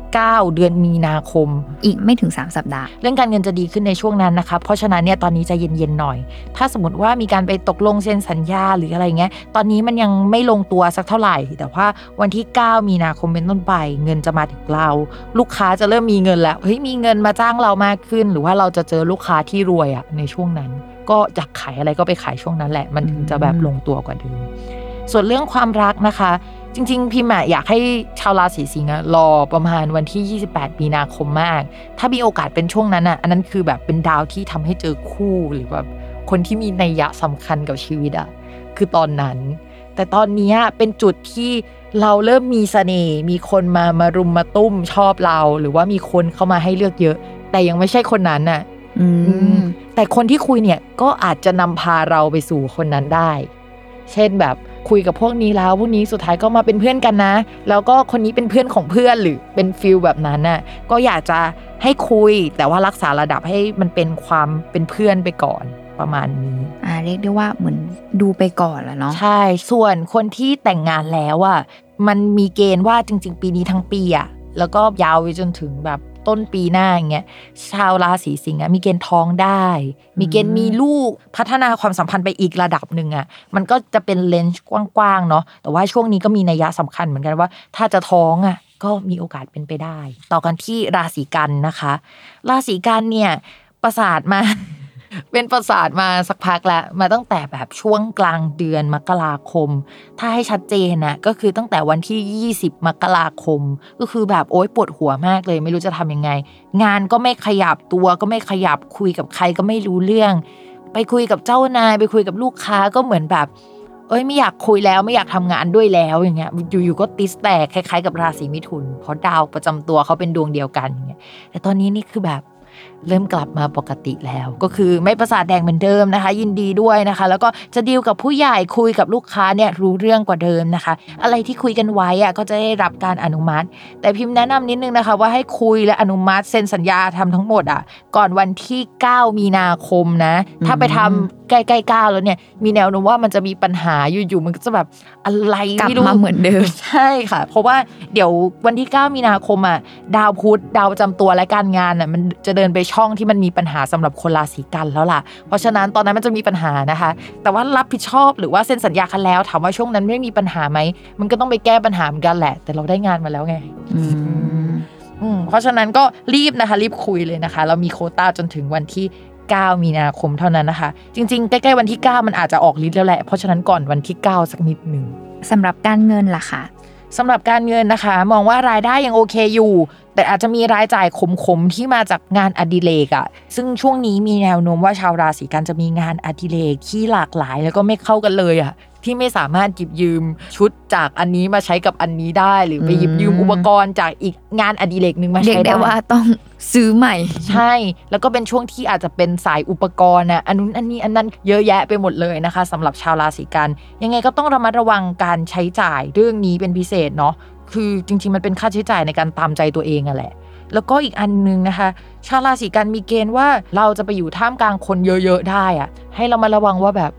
9 เดือนมีนาคมอีกไม่ถึง3 สัปดาห์เรื่องการเงินจะดีขึ้นในช่วงนั้นนะคะเพราะฉะนั้นเนี่ยตอนนี้จะเย็นๆหน่อยถ้าสมมติว่ามีการไปตกลงเซ็นสัญญาหรืออะไรเงี้ยตอนนี้มันยังไม่ลงตัวสักเท่าไหร่แต่ว่าวันที่9 มีนาคมเป็นต้นไปเงินจะมาถึงเราลูกค้าจะเริ่มมีเงินแล้วเฮ้ยมีเงินมาจ้างเรามากขึ้นหรือว่าเราจะเจอลูกค้าที่รวยอ่ะในช่วงนั้นก็อยากขายอะไรก็ไปขายช่วงนั้นแหละมันถึงจะแบบลงตัวกว่าเดิมส่วนเรื่องความรักนะคะจริงๆพิมอยากให้ชาวราศีสิงห์รอประมาณวันที่28 มีนาคมมากถ้ามีโอกาสเป็นช่วงนั้นอันนั้นคือแบบเป็นดาวที่ทำให้เจอคู่หรือแบบคนที่มีนัยยะสำคัญกับชีวิตคือตอนนั้นแต่ตอนนี้เป็นจุดที่เราเริ่มมีเสน่ห์มีคนมารุมมาตุ้มชอบเราหรือว่ามีคนเข้ามาให้เลือกเยอะแต่ยังไม่ใช่คนนั้นแต่คนที่คุยเนี่ยก็อาจจะนำพาเราไปสู่คนนั้นได้เช่นแบบคุยกับพวกนี้แล้วพวกนี้สุดท้ายก็มาเป็นเพื่อนกันนะแล้วก็คนนี้เป็นเพื่อนของเพื่อนหรือเป็นฟีลแบบนั้นน่ะก็อยากจะให้คุยแต่ว่ารักษาระดับให้มันเป็นความเป็นเพื่อนไปก่อนประมาณนี้เรียกได้ว่าเหมือนดูไปก่อนแล้วเนาะใช่ส่วนคนที่แต่งงานแล้วมันมีเกณฑ์ว่าจริงๆปีนี้ทั้งปีแล้วก็ยาวไปจนถึงแบบต้นปีหน้าอย่างเงี้ยชาวราศีสิงห์มีเกณฑ์ท้องได้มีเกณฑ์มีลูกพัฒนาความสัมพันธ์ไปอีกระดับนึงมันก็จะเป็นเลนส์กว้างๆเนาะแต่ว่าช่วงนี้ก็มีนัยยะสำคัญเหมือนกันว่าถ้าจะท้องก็มีโอกาสเป็นไปได้ต่อกันที่ราศีกันนะคะราศีกันเนี่ยประสาทมา เป็นประสาทมาสักพักแล้วมาตั้งแต่แบบช่วงกลางเดือนมกราคมถ้าให้ชัดเจนก็คือตั้งแต่วันที่20 มกราคมก็คือแบบโอ๊ยปวดหัวมากเลยไม่รู้จะทำยังไงงานก็ไม่ขยับตัวก็ไม่ขยับคุยกับใครก็ไม่รู้เรื่องไปคุยกับเจ้านายไปคุยกับลูกค้าก็เหมือนแบบไม่อยากคุยแล้วไม่อยากทำงานด้วยแล้วอย่างเงี้ยอยู่ๆก็ติสแตกคล้ายๆกับราศีมิถุนเพราะดาวประจำตัวเขาเป็นดวงเดียวกันอย่างเงี้ยแต่ตอนนี้นี่คือแบบเริ่มกลับมาปกติแล้วก็คือไม่ประสาทแดงเหมือนเดิมนะคะยินดีด้วยนะคะแล้วก็จะดีลกับผู้ใหญ่คุยกับลูกค้าเนี่ยรู้เรื่องกว่าเดิมนะคะอะไรที่คุยกันไว้ก็จะได้รับการอนุมัติแต่พิมพ์แนะนำนิดนึงนะคะว่าให้คุยและอนุมัติเซ็นสัญญาทำทั้งหมดก่อนวันที่9 มีนาคมนะถ้าไปทำใกล้ๆ9แล้วเนี่ยมีแนวโน้มว่ามันจะมีปัญหาอยู่ๆมันก็จะแบบอะไรไม่รู้กลับมาเหมือนเดิมใช่ค่ะเพราะว่าเดี๋ยววันที่9 มีนาคมดาวพุธดาวประจำตัวและการงานมันจะเดินไปช่องที่มันมีปัญหาสำหรับคนราศีกันแล้วล่ะเพราะฉะนั้นตอนนั้นมันจะมีปัญหานะคะแต่ว่ารับผิดชอบหรือว่าเซ็นสัญญากันแล้วถามว่าช่วงนั้นไม่มีปัญหาไหมมันก็ต้องไปแก้ปัญหาเหมือนกันแหละแต่เราได้งานมาแล้วไงเพราะฉะนั้นก็รีบนะคะรีบคุยเลยนะคะเรามีโควต้าจนถึงวันที่9 มีนาคมเท่านั้นนะคะจริงๆใกล้ๆวันที่9มันอาจจะออกฤทธิ์แล้วแหละเพราะฉะนั้นก่อนวันที่9สักนิดนึงสำหรับการเงินล่ะค่ะสำหรับการเงินนะคะมองว่ารายได้ยังโอเคอยู่แต่อาจจะมีรายจ่ายขมๆที่มาจากงานอดิเรกซึ่งช่วงนี้มีแนวโน้มว่าชาวราศีกันจะมีงานอดิเรกที่หลากหลายแล้วก็ไม่เข้ากันเลยที่ไม่สามารถหยิบยืมชุดจากอันนี้มาใช้กับอันนี้ได้หรือไปหยิบยืมอุปกรณ์จากอีกงานอดิเรกนึงมาใช้ได้เรียกได้ว่าต้องซื้อใหม่ใช่แล้วก็เป็นช่วงที่อาจจะเป็นสายอุปกรณ์อันนู้นอันนี้อันนั้นเยอะแยะไปหมดเลยนะคะสำหรับชาวราศีกันยังไงก็ต้องระมัดระวังการใช้จ่ายเรื่องนี้เป็นพิเศษเนาะคือจริงๆมันเป็นค่าใช้จ่ายในการตามใจตัวเองแหละแล้วก็อีกอันนึงนะคะชาวราศีกันมีเกณฑ์ว่าเราจะไปอยู่ท่ามกลางคนเยอะๆได้ให้เรามาระวังว่าแบบ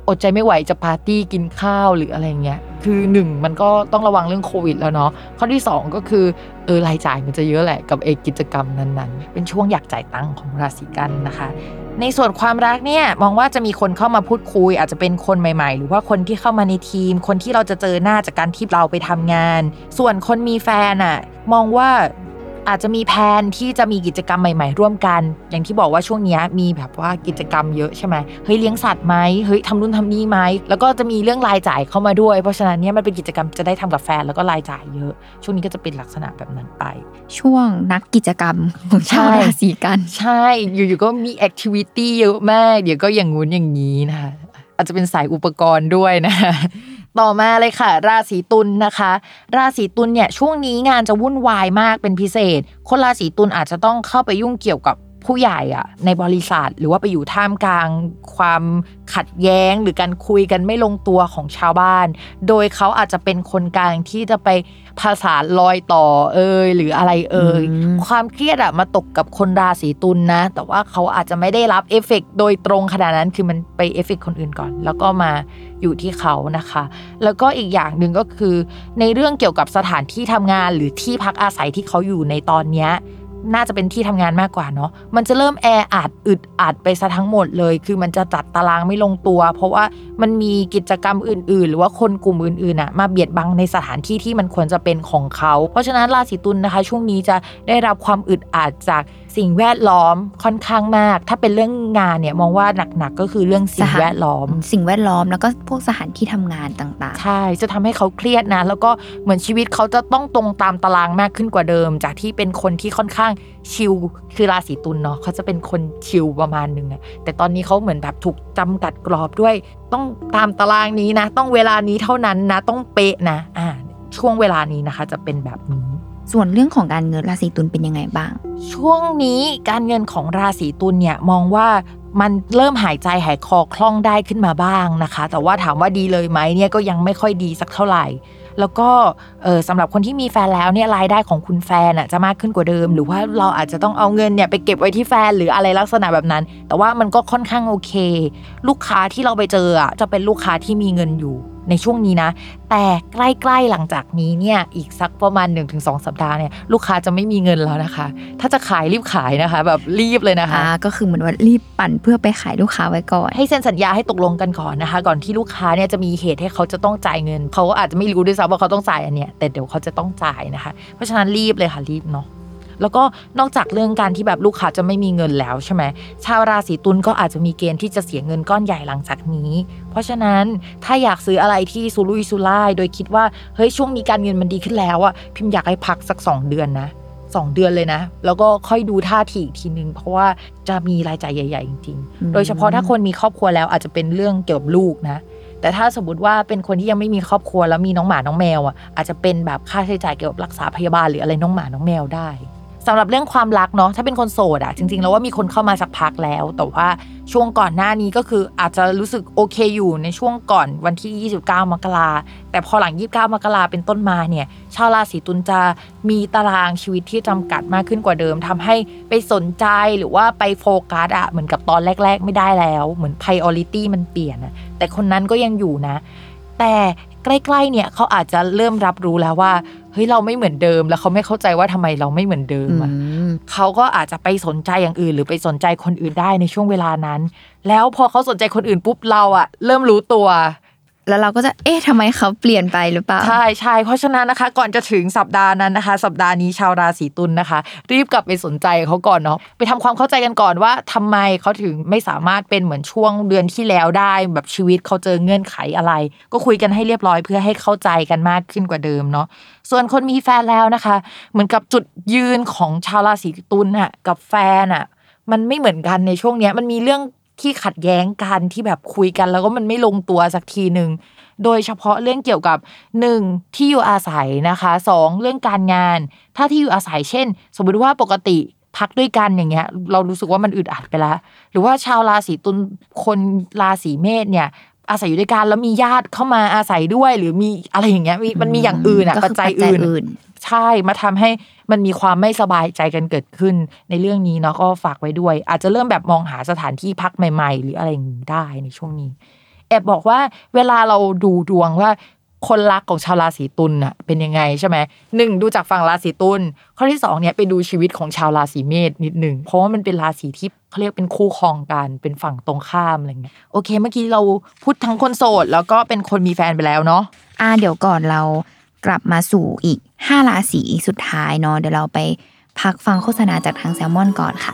อดใจไม่ไหวจะปาร์ตี้กินข้าวหรืออะไรเงี้ยคือ1มันก็ต้องระวังเรื่องโควิดแล้วเนาะข้อที่2ก็คือรายจ่ายมันจะเยอะแหละกับกิจกรรมนั้นๆเป็นช่วงอยากจ่ายตังค์ของราศีกันนะคะในส่วนความรักเนี่ยมองว่าจะมีคนเข้ามาพูดคุยอาจจะเป็นคนใหม่ๆหรือว่าคนที่เข้ามาในทีมคนที่เราจะเจอหน้าจากการที่เราไปทำงานส่วนคนมีแฟนอ่ะมองว่าอาจจะมีแผนที่จะมีกิจกรรมใหม่ๆร่วมกันอย่างที่บอกว่าช่วงนี้มีแบบว่ากิจกรรมเยอะใช่ไหมเฮ้ยเลี้ยงสัตว์ไหมเฮ้ยทำนู่นทำนี่ไหมแล้วก็จะมีเรื่องรายจ่ายเข้ามาด้วยเพราะฉะนั้นเนี่ยมันเป็นกิจกรรมจะได้ทำกับแฟนแล้วก็รายจ่ายเยอะช่วงนี้ก็จะเป็นลักษณะแบบนั้นไปช่วงนักกิจกรรมของชาวราศีกันใช่อยู่ๆก็มีแอคทิวิตี้เยอะมากเดี๋ยวก็อย่างงู้นอย่างนี้นะคะอาจจะเป็นสายอุปกรณ์ด้วยนะต่อมาเลยค่ะราศีตุลนะคะราศีตุลเนี่ยช่วงนี้งานจะวุ่นวายมากเป็นพิเศษคนราศีตุลอาจจะต้องเข้าไปยุ่งเกี่ยวกับผู้ใหญ่อะในบริษัทหรือว่าไปอยู่ท่ามกลางความขัดแย้งหรือการคุยกันไม่ลงตัวของชาวบ้านโดยเขาอาจจะเป็นคนกลางที่จะไปภาษาลอยต่อหรืออะไรความเครียดอะมาตกกับคนราศีตุลนะแต่ว่าเขาอาจจะไม่ได้รับเอฟเฟกต์โดยตรงขนาดนั้นคือมันไปเอฟเฟกต์คนอื่นก่อนแล้วก็มาอยู่ที่เขานะคะแล้วก็อีกอย่างหนึ่งก็คือในเรื่องเกี่ยวกับสถานที่ทำงานหรือที่พักอาศัยที่เขาอยู่ในตอนนี้น่าจะเป็นที่ทำงานมากกว่าเนาะมันจะเริ่มแออัดอึดอัดไปซะทั้งหมดเลยคือมันจะจัดตารางไม่ลงตัวเพราะว่ามันมีกิจกรรมอื่นๆหรือว่าคนกลุ่มอื่นๆน่ะมาเบียดบังในสถานที่ที่มันควรจะเป็นของเขาเพราะฉะนั้นราศีตุลนะคะช่วงนี้จะได้รับความอึดอัดจากสิ่งแวดล้อมค่อนข้างมากถ้าเป็นเรื่องงานเนี่ยมองว่าหนักๆก็คือเรื่องสิ่งแวดล้อมแล้วก็พวกสถานที่ทำงานต่างๆใช่จะทำให้เขาเครียดนะแล้วก็เหมือนชีวิตเขาจะต้องตรงตามตารางมากขึ้นกว่าเดิมจากที่เป็นคนที่ค่อนข้างชิลคือราศีตุลเนาะเขาจะเป็นคนชิลประมาณนึงอะแต่ตอนนี้เขาเหมือนแบบถูกจำกัดกรอบด้วยต้องตามตารางนี้นะต้องเวลานี้เท่านั้นนะต้องเป๊ะนะช่วงเวลานี้นะคะจะเป็นแบบนี้ส่วนเรื่องของการเงินราศีตุลเป็นยังไงบ้างช่วงนี้การเงินของราศีตุลเนี่ยมองว่ามันเริ่มหายใจหายคอคล่องได้ขึ้นมาบ้างนะคะแต่ว่าถามว่าดีเลยไหมเนี่ยก็ยังไม่ค่อยดีสักเท่าไหร่แล้วก็สำหรับคนที่มีแฟนแล้วเนี่ยรายได้ของคุณแฟนจะมากขึ้นกว่าเดิมหรือว่าเราอาจจะต้องเอาเงินเนี่ยไปเก็บไว้ที่แฟนหรืออะไรลักษณะแบบนั้นแต่ว่ามันก็ค่อนข้างโอเคลูกค้าที่เราไปเจอจะเป็นลูกค้าที่มีเงินอยู่ในช่วงนี้นะแต่ใกล้ๆหลังจากนี้เนี่ยอีกสักประมาณ 1-2 สัปดาห์เนี่ยลูกค้าจะไม่มีเงินแล้วนะคะถ้าจะขายรีบขายนะคะแบบรีบเลยนะคะก็คือเหมือนว่ารีบปั่นเพื่อไปขายลูกค้าไว้ก่อนให้เซ็นสัญญาให้ตกลงกันก่อนนะคะก่อนที่ลูกค้าเนี่ยจะมีเหตุให้เขาจะต้องจ่ายเงินเขาอาจจะไม่รู้ด้วยซ้ำว่าเขาต้องจ่ายอันเนี้ยแต่เดี๋ยวเขาจะต้องจ่ายนะคะเพราะฉะนั้นรีบเลยค่ะรีบเนาะแล้วก็นอกจากเรื่องการที่แบบลูกค้าจะไม่มีเงินแล้วใช่ไหมชาวราศีตุลก็อาจจะมีเกณฑ์ที่จะเสียเงินก้อนใหญ่หลังจากนี้เพราะฉะนั้นถ้าอยากซื้ออะไรที่สุรุ่ยสุร่ายโดยคิดว่าเฮ้ยช่วงนี้การเงินมันดีขึ้นแล้วพิมพ์อยากให้พักสัก2 เดือนนะ2 เดือนเลยนะแล้วก็ค่อยดูท่าทีอีกทีนึงเพราะว่าจะมีรายจ่ายใหญ่ๆจริงๆโดยเฉพาะถ้าคนมีครอบครัวแล้วอาจจะเป็นเรื่องเกี่ยวกับลูกนะแต่ถ้าสมมติว่าเป็นคนที่ยังไม่มีครอบครัวแล้วมีน้องหมาน้องแมวอาจจะเป็นแบบค่าใช้จ่ายเกี่ยวกับรักษาพยาบาลหรืออะไรน้องหมาน้องแมวได้สำหรับเรื่องความรักเนาะถ้าเป็นคนโสดจริงๆแล้วว่ามีคนเข้ามาสักพักแล้วแต่ว่าช่วงก่อนหน้านี้ก็คืออาจจะรู้สึกโอเคอยู่ในช่วงก่อนวันที่29 มกราแต่พอหลัง29 มกราเป็นต้นมาเนี่ยชาวราศีตุลจะมีตารางชีวิตที่จำกัดมากขึ้นกว่าเดิมทำให้ไปสนใจหรือว่าไปโฟกัสเหมือนกับตอนแรกๆไม่ได้แล้วเหมือน priority มันเปลี่ยนแต่คนนั้นก็ยังอยู่นะแต่ใกล้ๆเนี่ยเขาอาจจะเริ่มรับรู้แล้วว่าเฮ้ยเราไม่เหมือนเดิมแล้วเขาไม่เข้าใจว่าทำไมเราไม่เหมือนเดิมเขาก็อาจจะไปสนใจอย่างอื่นหรือไปสนใจคนอื่นได้ในช่วงเวลานั้นแล้วพอเขาสนใจคนอื่นปุ๊บเราเริ่มรู้ตัวแล้วเราก็จะทำไมเขาเปลี่ยนไปหรือเปล่าใช่เพราะฉะนั้นนะคะก่อนจะถึงสัปดาห์นั้นนะคะสัปดาห์นี้ชาวราศีตุลนะคะรีบกลับไปสนใจเขาก่อนเนาะไปทำความเข้าใจกันก่อนว่าทำไมเขาถึงไม่สามารถเป็นเหมือนช่วงเดือนที่แล้วได้แบบชีวิตเขาเจอเงื่อนไขอะไรก็คุยกันให้เรียบร้อยเพื่อให้เข้าใจกันมากขึ้นกว่าเดิมเนาะส่วนคนมีแฟนแล้วนะคะเหมือนกับจุดยืนของชาวราศีตุลกับแฟนมันไม่เหมือนกันในช่วงนี้มันมีเรื่องที่ขัดแย้งกันที่แบบคุยกันแล้วก็มันไม่ลงตัวสักทีนึงโดยเฉพาะเรื่องเกี่ยวกับ1ที่อยู่อาศัยนะคะ2เรื่องการงานถ้าที่อยู่อาศัยเช่นสมมติว่าปกติพักด้วยกันอย่างเงี้ยเรารู้สึกว่ามันอึดอัดไปแล้วหรือว่าชาวราศีตุลคนราศีเมษเนี่ยอาศัยอยู่ด้วยกันแล้วมีญาติเข้ามาอาศัยด้วยหรือมีอะไรอย่างเงี้ยมันมีอย่างอื่นปัจจัยอื่นใช่มาทำให้มันมีความไม่สบายใจกันเกิดขึ้นในเรื่องนี้เนาะก็ฝากไว้ด้วยอาจจะเริ่มแบบมองหาสถานที่พักใหม่ๆหรืออะไรอย่างนี้ได้ในช่วงนี้แอบบอกว่าเวลาเราดูดวงว่าคนรักของชาวราศีตุลน่ะเป็นยังไงใช่ไหม1ดูจากฝั่งราศีตุลข้อที่2เนี่ยไปดูชีวิตของชาวราศีเมษนิดนึงเพราะว่ามันเป็นราศีที่เขาเรียกเป็นคู่ครองกันเป็นฝั่งตรงข้ามอะไรเงี้ยโอเคเมื่อกี้เราพูดทั้งคนโสดแล้วก็เป็นคนมีแฟนไปแล้วเนาะเดี๋ยวก่อนเรากลับมาสู่อีก5ราศีสุดท้ายเนาะเดี๋ยวเราไปพักฟังโฆษณาจากทางแซลมอนก่อนค่ะ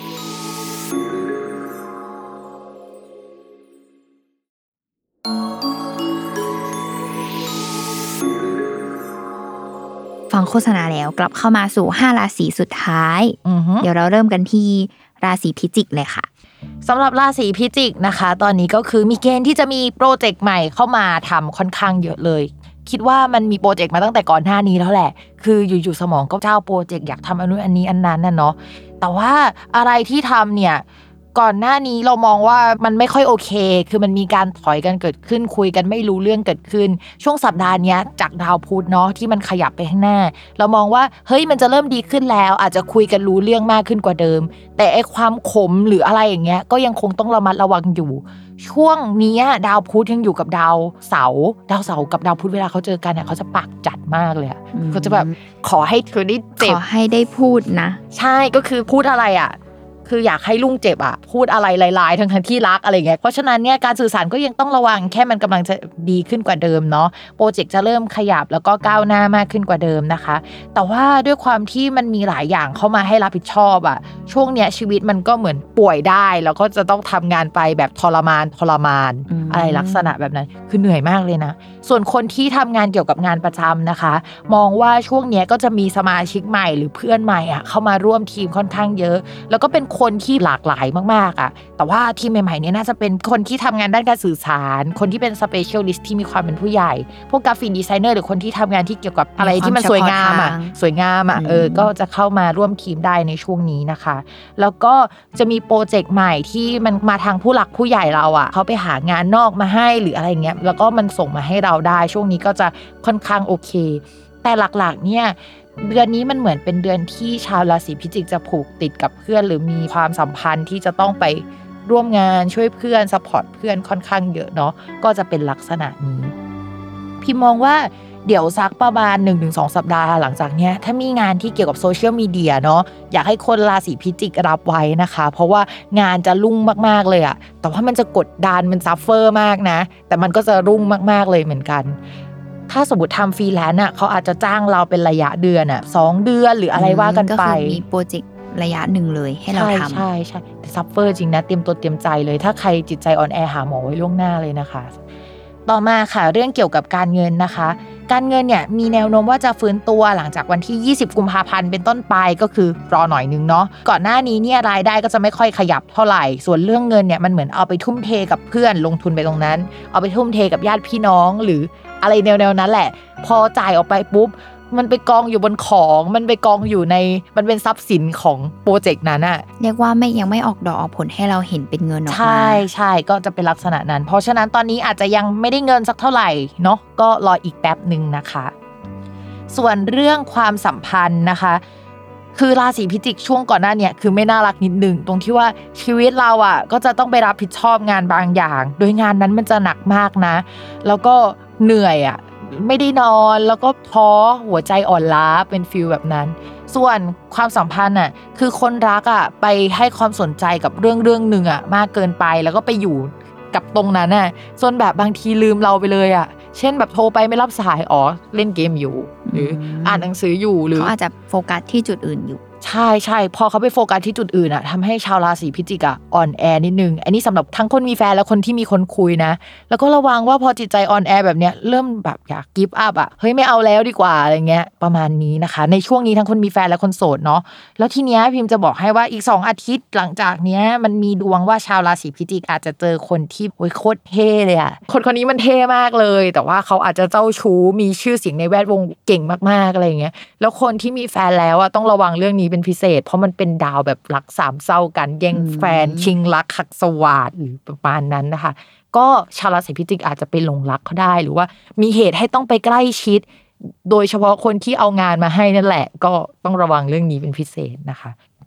ฟังโฆษณาแล้วกลับเข้ามาสู่5ราศีสุดท้ายเดี๋ยวเราเริ่มกันที่ราศีพิจิกเลยค่ะสำหรับราศีพิจิกนะคะตอนนี้ก็คือมีเกณฑ์ที่จะมีโปรเจกต์ใหม่เข้ามาทำค่อนข้างเยอะเลยคิดว่ามันมีโปรเจกต์มาตั้งแต่ก่อนหน้านี้แล้วแหละคืออยู่ๆสมองก็เจ้าโปรเจกต์อยากทำอันนู้นอันนี้อันนั้นน่ะเนาะแต่ว่าอะไรที่ทำเนี่ยก่อนหน้านี้เรามองว่ามันไม่ค่อยโอเคคือมันมีการถอยกันเกิดขึ้นคุยกันไม่รู้เรื่องเกิดขึ้นช่วงสัปดาห์นี้จากดาวพุธเนาะที่มันขยับไปข้างหน้าเรามองว่าเฮ้ยมันจะเริ่มดีขึ้นแล้วอาจจะคุยกันรู้เรื่องมากขึ้นกว่าเดิมแต่ไอ้ความขมหรืออะไรอย่างเงี้ยก็ยังคงต้องระมัดระวังอยู่ช่วงนี้ดาวพุธยังอยู่กับดาวเสาร์กับดาวพุธเวลาเขาเจอกันเนี่ยเขาจะปากจัดมากเลยเขาจะแบบขอให้เธอได้เจ็บขอให้ได้พูดนะใช่ก็คือพูดอะไรคืออยากให้ลุงเจ็บพูดอะไรลายๆทั้งที่รักอะไรเงี้ยเพราะฉะนั้นเนี่ยการสื่อสารก็ยังต้องระวังแค่มันกำลังจะดีขึ้นกว่าเดิมเนาะโปรเจกต์จะเริ่มขยับแล้วก็ก้าวหน้ามากขึ้นกว่าเดิมนะคะแต่ว่าด้วยความที่มันมีหลายอย่างเข้ามาให้รับผิดชอบช่วงเนี้ยชีวิตมันก็เหมือนป่วยได้แล้วก็จะต้องทำงานไปแบบทรมานอะไรลักษณะแบบนั้นคือเหนื่อยมากเลยนะส่วนคนที่ทำงานเกี่ยวกับงานประจำนะคะมองว่าช่วงเนี้ยก็จะมีสมาชิกใหม่หรือเพื่อนใหม่เข้ามาร่วมทีมค่อนข้างเยอะแล้วก็เป็นคนที่หลากหลายมากๆแต่ว่าทีมใหม่ๆเนี่ยน่าจะเป็นคนที่ทำงานด้านการสื่อสารคนที่เป็นสเปเชียลิสต์ที่มีความเป็นผู้ใหญ่พวกกราฟิกดีไซเนอร์หรือคนที่ทำงานที่เกี่ยวกับอะไรที่มันสวยงามก็จะเข้ามาร่วมทีมได้ในช่วงนี้นะคะแล้วก็จะมีโปรเจกต์ใหม่ที่มันมาทางผู้หลักผู้ใหญ่เราเขาไปหางานนอกมาให้หรืออะไรเงี้ยแล้วก็มันส่งมาให้เราได้ช่วงนี้ก็จะค่อนข้างโอเคแต่หลักๆเนี่ยเดือนนี้มันเหมือนเป็นเดือนที่ชาวราศีพิจิกจะผูกติดกับเพื่อนหรือมีความสัมพันธ์ที่จะต้องไปร่วมงานช่วยเพื่อนซัพพอร์ตเพื่อนค่อนข้างเยอะเนาะก็จะเป็นลักษณะนี้พี่มองว่าเดี๋ยวสักประมาณ 1-2 สัปดาห์หลังจากเนี้ยถ้ามีงานที่เกี่ยวกับโซเชียลมีเดียเนาะอยากให้คนราศีพิจิกรับไว้นะคะเพราะว่างานจะรุ่งมากๆเลยแต่ว่ามันจะกดดันมันซัฟเฟอร์มากนะแต่มันก็จะรุ่งมากๆเลยเหมือนกันถ้าสมมติทำฟรีแลนซ์เขาอาจจะจ้างเราเป็นระยะเดือน2 เดือนหรืออะไรว่ากันไปก็คือมีโปรเจกต์ระยะหนึ่งเลยให้เราทำใช่แต่ซัฟเฟอร์จริงนะเตรียมตัวเตรียมใจเลยถ้าใครจิตใจอ่อนแอหาหมอไว้ล่วงหน้าเลยนะคะต่อมาค่ะเรื่องเกี่ยวกับการเงินนะคะการเงินเนี่ยมีแนวโน้มว่าจะฟื้นตัวหลังจากวันที่20กุมภาพันธ์เป็นต้นไปก็คือรอหน่อยนึงเนาะก่อนหน้านี้เนี่ยรายได้ก็จะไม่ค่อยขยับเท่าไหร่ส่วนเรื่องเงินเนี่ยมันเหมือนเอาไปทุ่มเทกับเพื่อนลงทุนไปตรงนั้นเอาไปทุ่มเทกับญาติพี่น้องหรืออะไรแนวๆนั้นแหละพอจ่ายออกไปปุ๊บมันไปกองอยู่บนของมันไปกองอยู่ในมันเป็นทรัพย์สินของโปรเจกต์นั้นเรียกว่ายังไม่ออกดอกออกผลให้เราเห็นเป็นเงินออกมาใช่ก็จะเป็นลักษณะนั้นเพราะฉะนั้นตอนนี้อาจจะยังไม่ได้เงินสักเท่าไหร่เนาะก็รออีกแป๊บนึงนะคะส่วนเรื่องความสัมพันธ์นะคะคือราศีพิจิกช่วงก่อนหน้าเนี่ยคือไม่น่ารักนิดนึงตรงที่ว่าชีวิตเราก็จะต้องไปรับผิดชอบงานบางอย่างโดยงานนั้นมันจะหนักมากนะแล้วก็เหนื่อยไม่ได้นอนแล้วก็ท้อหัวใจอ่อนล้าเป็นฟีลแบบนั้นส่วนความสัมพันธ์คือคนรักไปให้ความสนใจกับเรื่องนึงมากเกินไปแล้วก็ไปอยู่กับตรงนั้นส่วนแบบบางทีลืมเราไปเลยเช่นแบบโทรไปไม่รับสายเล่นเกมอยู่หรืออ่านหนังสืออยู่หรือเขาอาจจะโฟกัสที่จุดอื่นอยู่ใช่พอเขาไปโฟกัสที่จุดอื่นทำให้ชาวราศีพิจิกอ่อนแอนิดนึงอันนี้สำหรับทั้งคนมีแฟนและคนที่มีคนคุยนะแล้วก็ระวังว่าพอจิตใจอ่อนแอแบบเนี้ยเริ่มแบบอยากกิฟต์อัพเฮ้ยไม่เอาแล้วดีกว่าอะไรเงี้ยประมาณนี้นะคะในช่วงนี้ทั้งคนมีแฟนและคนโสดเนาะแล้วทีเนี้ยพิมจะบอกให้ว่าอีก2 อาทิตย์หลังจากเนี้ยมันมีดวงว่าชาวราศีพิจิกอาจจะเจอคนที่โคตรเท่เลยคนนี้มันเท่มากเลยแต่ว่าเขาอาจจะเจ้าชู้มีชื่อเสียงในแวดวงเก่งมากๆอะไรเงี้ยแล้วคนที่มีแฟนแล้วต้องระวังเรื่องนี้เป็นพิเศษเพราะมันเป็นดาวแบบรักสามเศร้ากันแย่งแฟนชิงรักหักสวาทหรือประมาณนั้นนะคะก็ชาวราศีพิจิกอาจจะไปหลงรักเขาได้หรือว่ามีเหตุให้ต้องไปใกล้ชิดโดยเฉพาะคนที่เอางานมาให้นั่นแหละก็ต้องระวังเรื่องนี้เป็นพิเศษนะคะ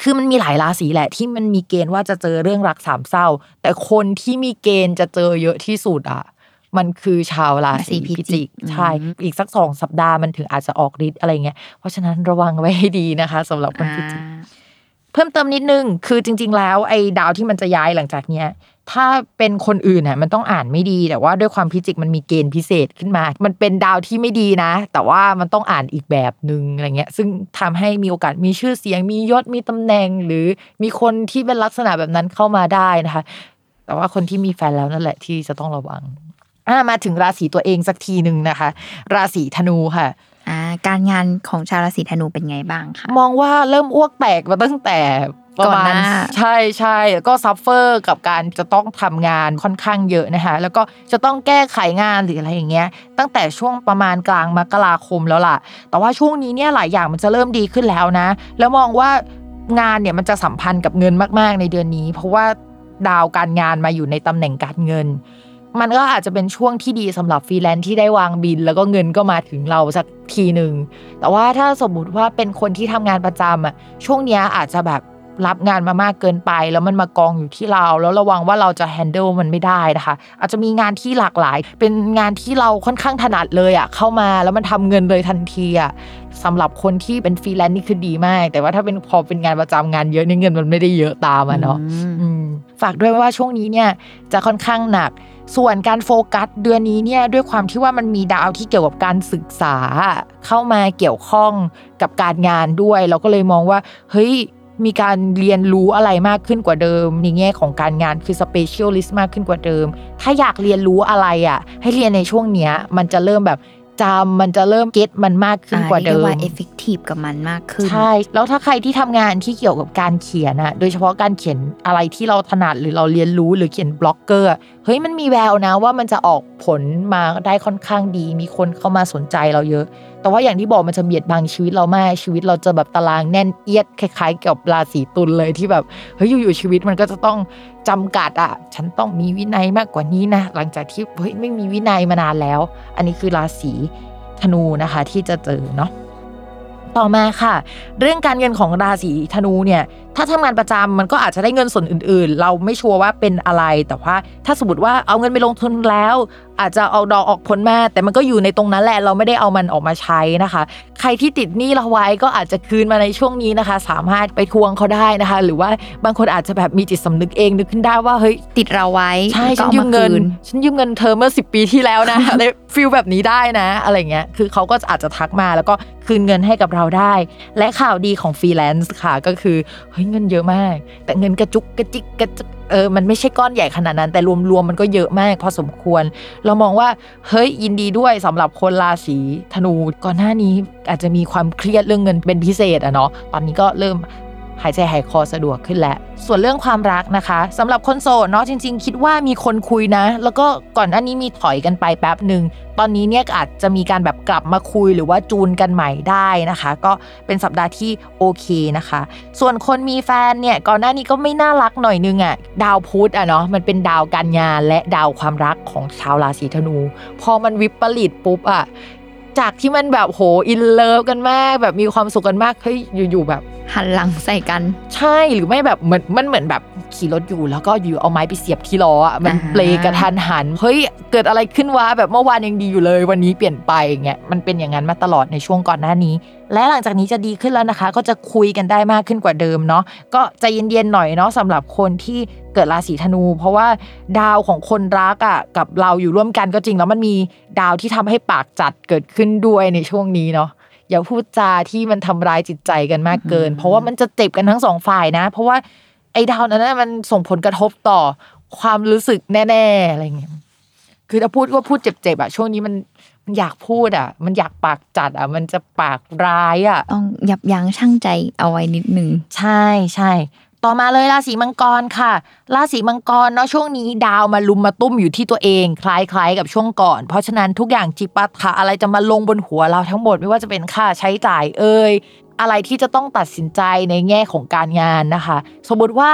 คือมันมีหลายราศีแหละที่มันมีเกณฑ์ว่าจะเจอเรื่องรักสามเศร้าแต่คนที่มีเกณฑ์จะเจอเยอะที่สุดอะมันคือชาวราศีพิจิกใช่อีกสัก2 สัปดาห์มันถึงอาจจะออกฤทธิ์อะไรเงี้ยเพราะฉะนั้นระวังไว้ให้ดีนะคะสำหรับคนพิจิกเพิ่มเติมนิดนึงคือจริงๆแล้วไอ้ดาวที่มันจะย้ายหลังจากเนี้ยถ้าเป็นคนอื่นน่ะมันต้องอ่านไม่ดีแต่ว่าด้วยความพิจิกมันมีเกณฑ์พิเศษขึ้นมามันเป็นดาวที่ไม่ดีนะแต่ว่ามันต้องอ่านอีกแบบนึงอะไรเงี้ยซึ่งทำให้มีโอกาสมีชื่อเสียงมียศมีตำแหน่งหรือมีคนที่เป็นลักษณะแบบนั้นเข้ามาได้นะคะแต่ว่าคนที่มีแฟนแล้วนั่นแหละที่จะต้องระวังมาถึงราศีตัวเองสักทีนึงนะคะราศีธนูค่ะการงานของชาวราศีธนูเป็นไงบ้างคะมองว่าเริ่มอ้วกแตกมาตั้งแต่ประมาณใช่ๆแล้วก็ซัฟเฟอร์กับการจะต้องทำงานค่อนข้างเยอะนะคะแล้วก็จะต้องแก้ไขงานหรืออะไรอย่างเงี้ยตั้งแต่ช่วงประมาณกลางมกราคมแล้วล่ะแต่ว่าช่วงนี้เนี่ยหลายอย่างมันจะเริ่มดีขึ้นแล้วนะแล้วมองว่างานเนี่ยมันจะสัมพันธ์กับเงินมากๆในเดือนนี้เพราะว่าดาวการงานมาอยู่ในตำแหน่งการเงินมันก็อาจจะเป็นช่วงที่ดีสำหรับฟรีแลนซ์ที่ได้วางบินแล้วก็เงินก็มาถึงเราสักทีนึงแต่ว่าถ้าสมมุติว่าเป็นคนที่ทำงานประจำอ่ะช่วงเนี้ยอาจจะแบบรับงานมามากเกินไปแล้วมันมากองอยู่ที่เราแล้วระวังว่าเราจะแฮนเดิลมันไม่ได้นะคะอาจจะมีงานที่หลากหลายเป็นงานที่เราค่อนข้างถนัดเลยอ่ะเข้ามาแล้วมันทำเงินเลยทันทีอ่ะสำหรับคนที่เป็นฟรีแลนซ์นี่คือดีมากแต่ว่าถ้าเป็นพอเป็นงานประจำงานเยอะนี่เงินมันไม่ได้เยอะตามอ่ะเนาะฝากด้วยว่าช่วงนี้เนี่ยจะค่อนข้างหนักส่วนการโฟกัสเดือนนี้เนี่ยด้วยความที่ว่ามันมีดาวที่เกี่ยวกับการศึกษาเข้ามาเกี่ยวข้องกับการงานด้วยเราก็เลยมองว่าเฮ้ยมีการเรียนรู้อะไรมากขึ้นกว่าเดิมในแง่ของการงานคือ specialist มากขึ้นกว่าเดิมถ้าอยากเรียนรู้อะไรอ่ะให้เรียนในช่วงเนี้ยมันจะเริ่มแบบจำมันจะเริ่มเก็ตมันมากขึ้นกว่าเดิมว่า effective กับมันมากขึ้นใช่แล้วถ้าใครที่ทำงานที่เกี่ยวกับการเขียนอะโดยเฉพาะการเขียนอะไรที่เราถนัดหรือเราเรียนรู้หรือเขียนบล็อกเกอร์เฮ้ยมันมีแววนะว่ามันจะออกผลมาได้ค่อนข้างดีมีคนเข้ามาสนใจเราเยอะแต่ว่าอย่างที่บอกมันจะเบียดบังชีวิตเรามากชีวิตเราจะแบบตารางแน่นเอียดคล้ายๆกับราศีตุลเลยที่แบบเฮ้ยอยู่ๆชีวิตมันก็จะต้องจำกัดอ่ะฉันต้องมีวินัยมากกว่านี้นะหลังจากที่เฮ้ยไม่มีวินัยมานานแล้วอันนี้คือราศีธนูนะคะที่จะเจอเนาะต่อมาค่ะเรื่องการเงินของราศีธนูเนี่ยถ้าทำงานประจำมันก็อาจจะได้เงินส่วนอื่นๆเราไม่ชัวร์ว่าเป็นอะไรแต่ว่าถ้าสมมติว่าเอาเงินไปลงทุนแล้วอาจจะเอาดอกออกผลมาแต่มันก็อยู่ในตรงนั้นแหละเราไม่ได้เอามันออกมาใช้นะคะใครที่ติดหนี้เราไว้ก็อาจจะคืนมาในช่วงนี้นะคะสามารถไปทวงเขาได้นะคะหรือว่าบางคนอาจจะแบบมีจิตสำนึกเองนึกขึ้นได้ว่าเฮ้ยติดเราไว้ใช่ฉันยืมเงินเธอเมื่อ10 ปีที่แล้วนะอะไรฟีลแบบนี้ได้นะอะไรเงี้ยคือเขาก็อาจจะทักมาแล้วก็คืนเงินให้กับเราได้และข่าวดีของฟรีแลนซ์ค่ะก็คือเฮ้ยเงินเยอะมากแต่เงินกระจุกกระจิกกระจุกมันไม่ใช่ก้อนใหญ่ขนาดนั้นแต่รวมๆมันก็เยอะมากพอสมควรเรามองว่าเฮ้ยยินดีด้วยสำหรับคนราศีธนูก่อนหน้านี้อาจจะมีความเครียดเรื่องเงินเป็นพิเศษอะเนาะตอนนี้ก็เริ่มหายใจหายคอสะดวกขึ้นแล้วส่วนเรื่องความรักนะคะสำหรับคนโสดเนาะจริงๆคิดว่ามีคนคุยนะแล้วก็ก่อนหน้านี้มีถอยกันไปแป๊บนึงตอนนี้เนี่ยอาจจะมีการแบบกลับมาคุยหรือว่าจูนกันใหม่ได้นะคะก็เป็นสัปดาห์ที่โอเคนะคะส่วนคนมีแฟนเนี่ยก่อนหน้านี้ก็ไม่น่ารักหน่อยนึงอ่ะดาวพุธอ่ะเนาะมันเป็นดาวการงานและดาวความรักของชาวราศีธนูพอมันวิปริตปุ๊บอ่ะจากที่มันแบบโหอินเลิฟกันมากแบบมีความสุขกันมากเฮ้ยอยู่ๆแบบหันหลังใส่กันใช่หรือไม่แบบเหมือนแบบขี่รถอยู่แล้วก็อยู่เอาไม้ไปเสียบที่ล้ออ่ะมันเบรกกระทันหันเฮ้ยเกิดอะไรขึ้นวะแบบเมื่อวานยังดีอยู่เลยวันนี้เปลี่ยนไปอย่างเงี้ยมันเป็นอย่างนั้นมาตลอดในช่วงก่อนหน้านี้และหลังจากนี้จะดีขึ้นแล้วนะคะก็จะคุยกันได้มากขึ้นกว่าเดิมเนาะก็ใจเย็นๆหน่อยเนาะสำหรับคนที่เกิดราศีธนูเพราะว่าดาวของคนรักอ่ะกับเราอยู่ร่วมกันก็จริงแล้วมันมีดาวที่ทำให้ปากจัดเกิดขึ้นด้วยในช่วงนี้เนาะอย่าพูดจาที่มันทำร้ายจิตใจกันมากเกินเพราะว่ามันจะเจ็บกันทั้งสองฝ่ายนะเพราะว่าไอ้ดาวนั้นมันส่งผลกระทบต่อความรู้สึกแน่ๆอะไรเงี้ยคือถ้าพูดเจ็บๆอ่ะช่วงนี้มันอยากพูดอ่ะมันอยากปากจัดอ่ะมันจะปากร้ายอ่ะต้องยับยั้งชั่งใจเอาไว้นิดนึงใช่ต่อมาเลยราศีมังกรค่ะราศีมังกรเนาะช่วงนี้ดาวมาลุมมาตุ้มอยู่ที่ตัวเองคล้ายๆกับช่วงก่อนเพราะฉะนั้นทุกอย่างจิปาถะอะไรจะมาลงบนหัวเราทั้งหมดไม่ว่าจะเป็นค่าใช้จ่ายอะไรที่จะต้องตัดสินใจในแง่ของการงานนะคะสมมติว่า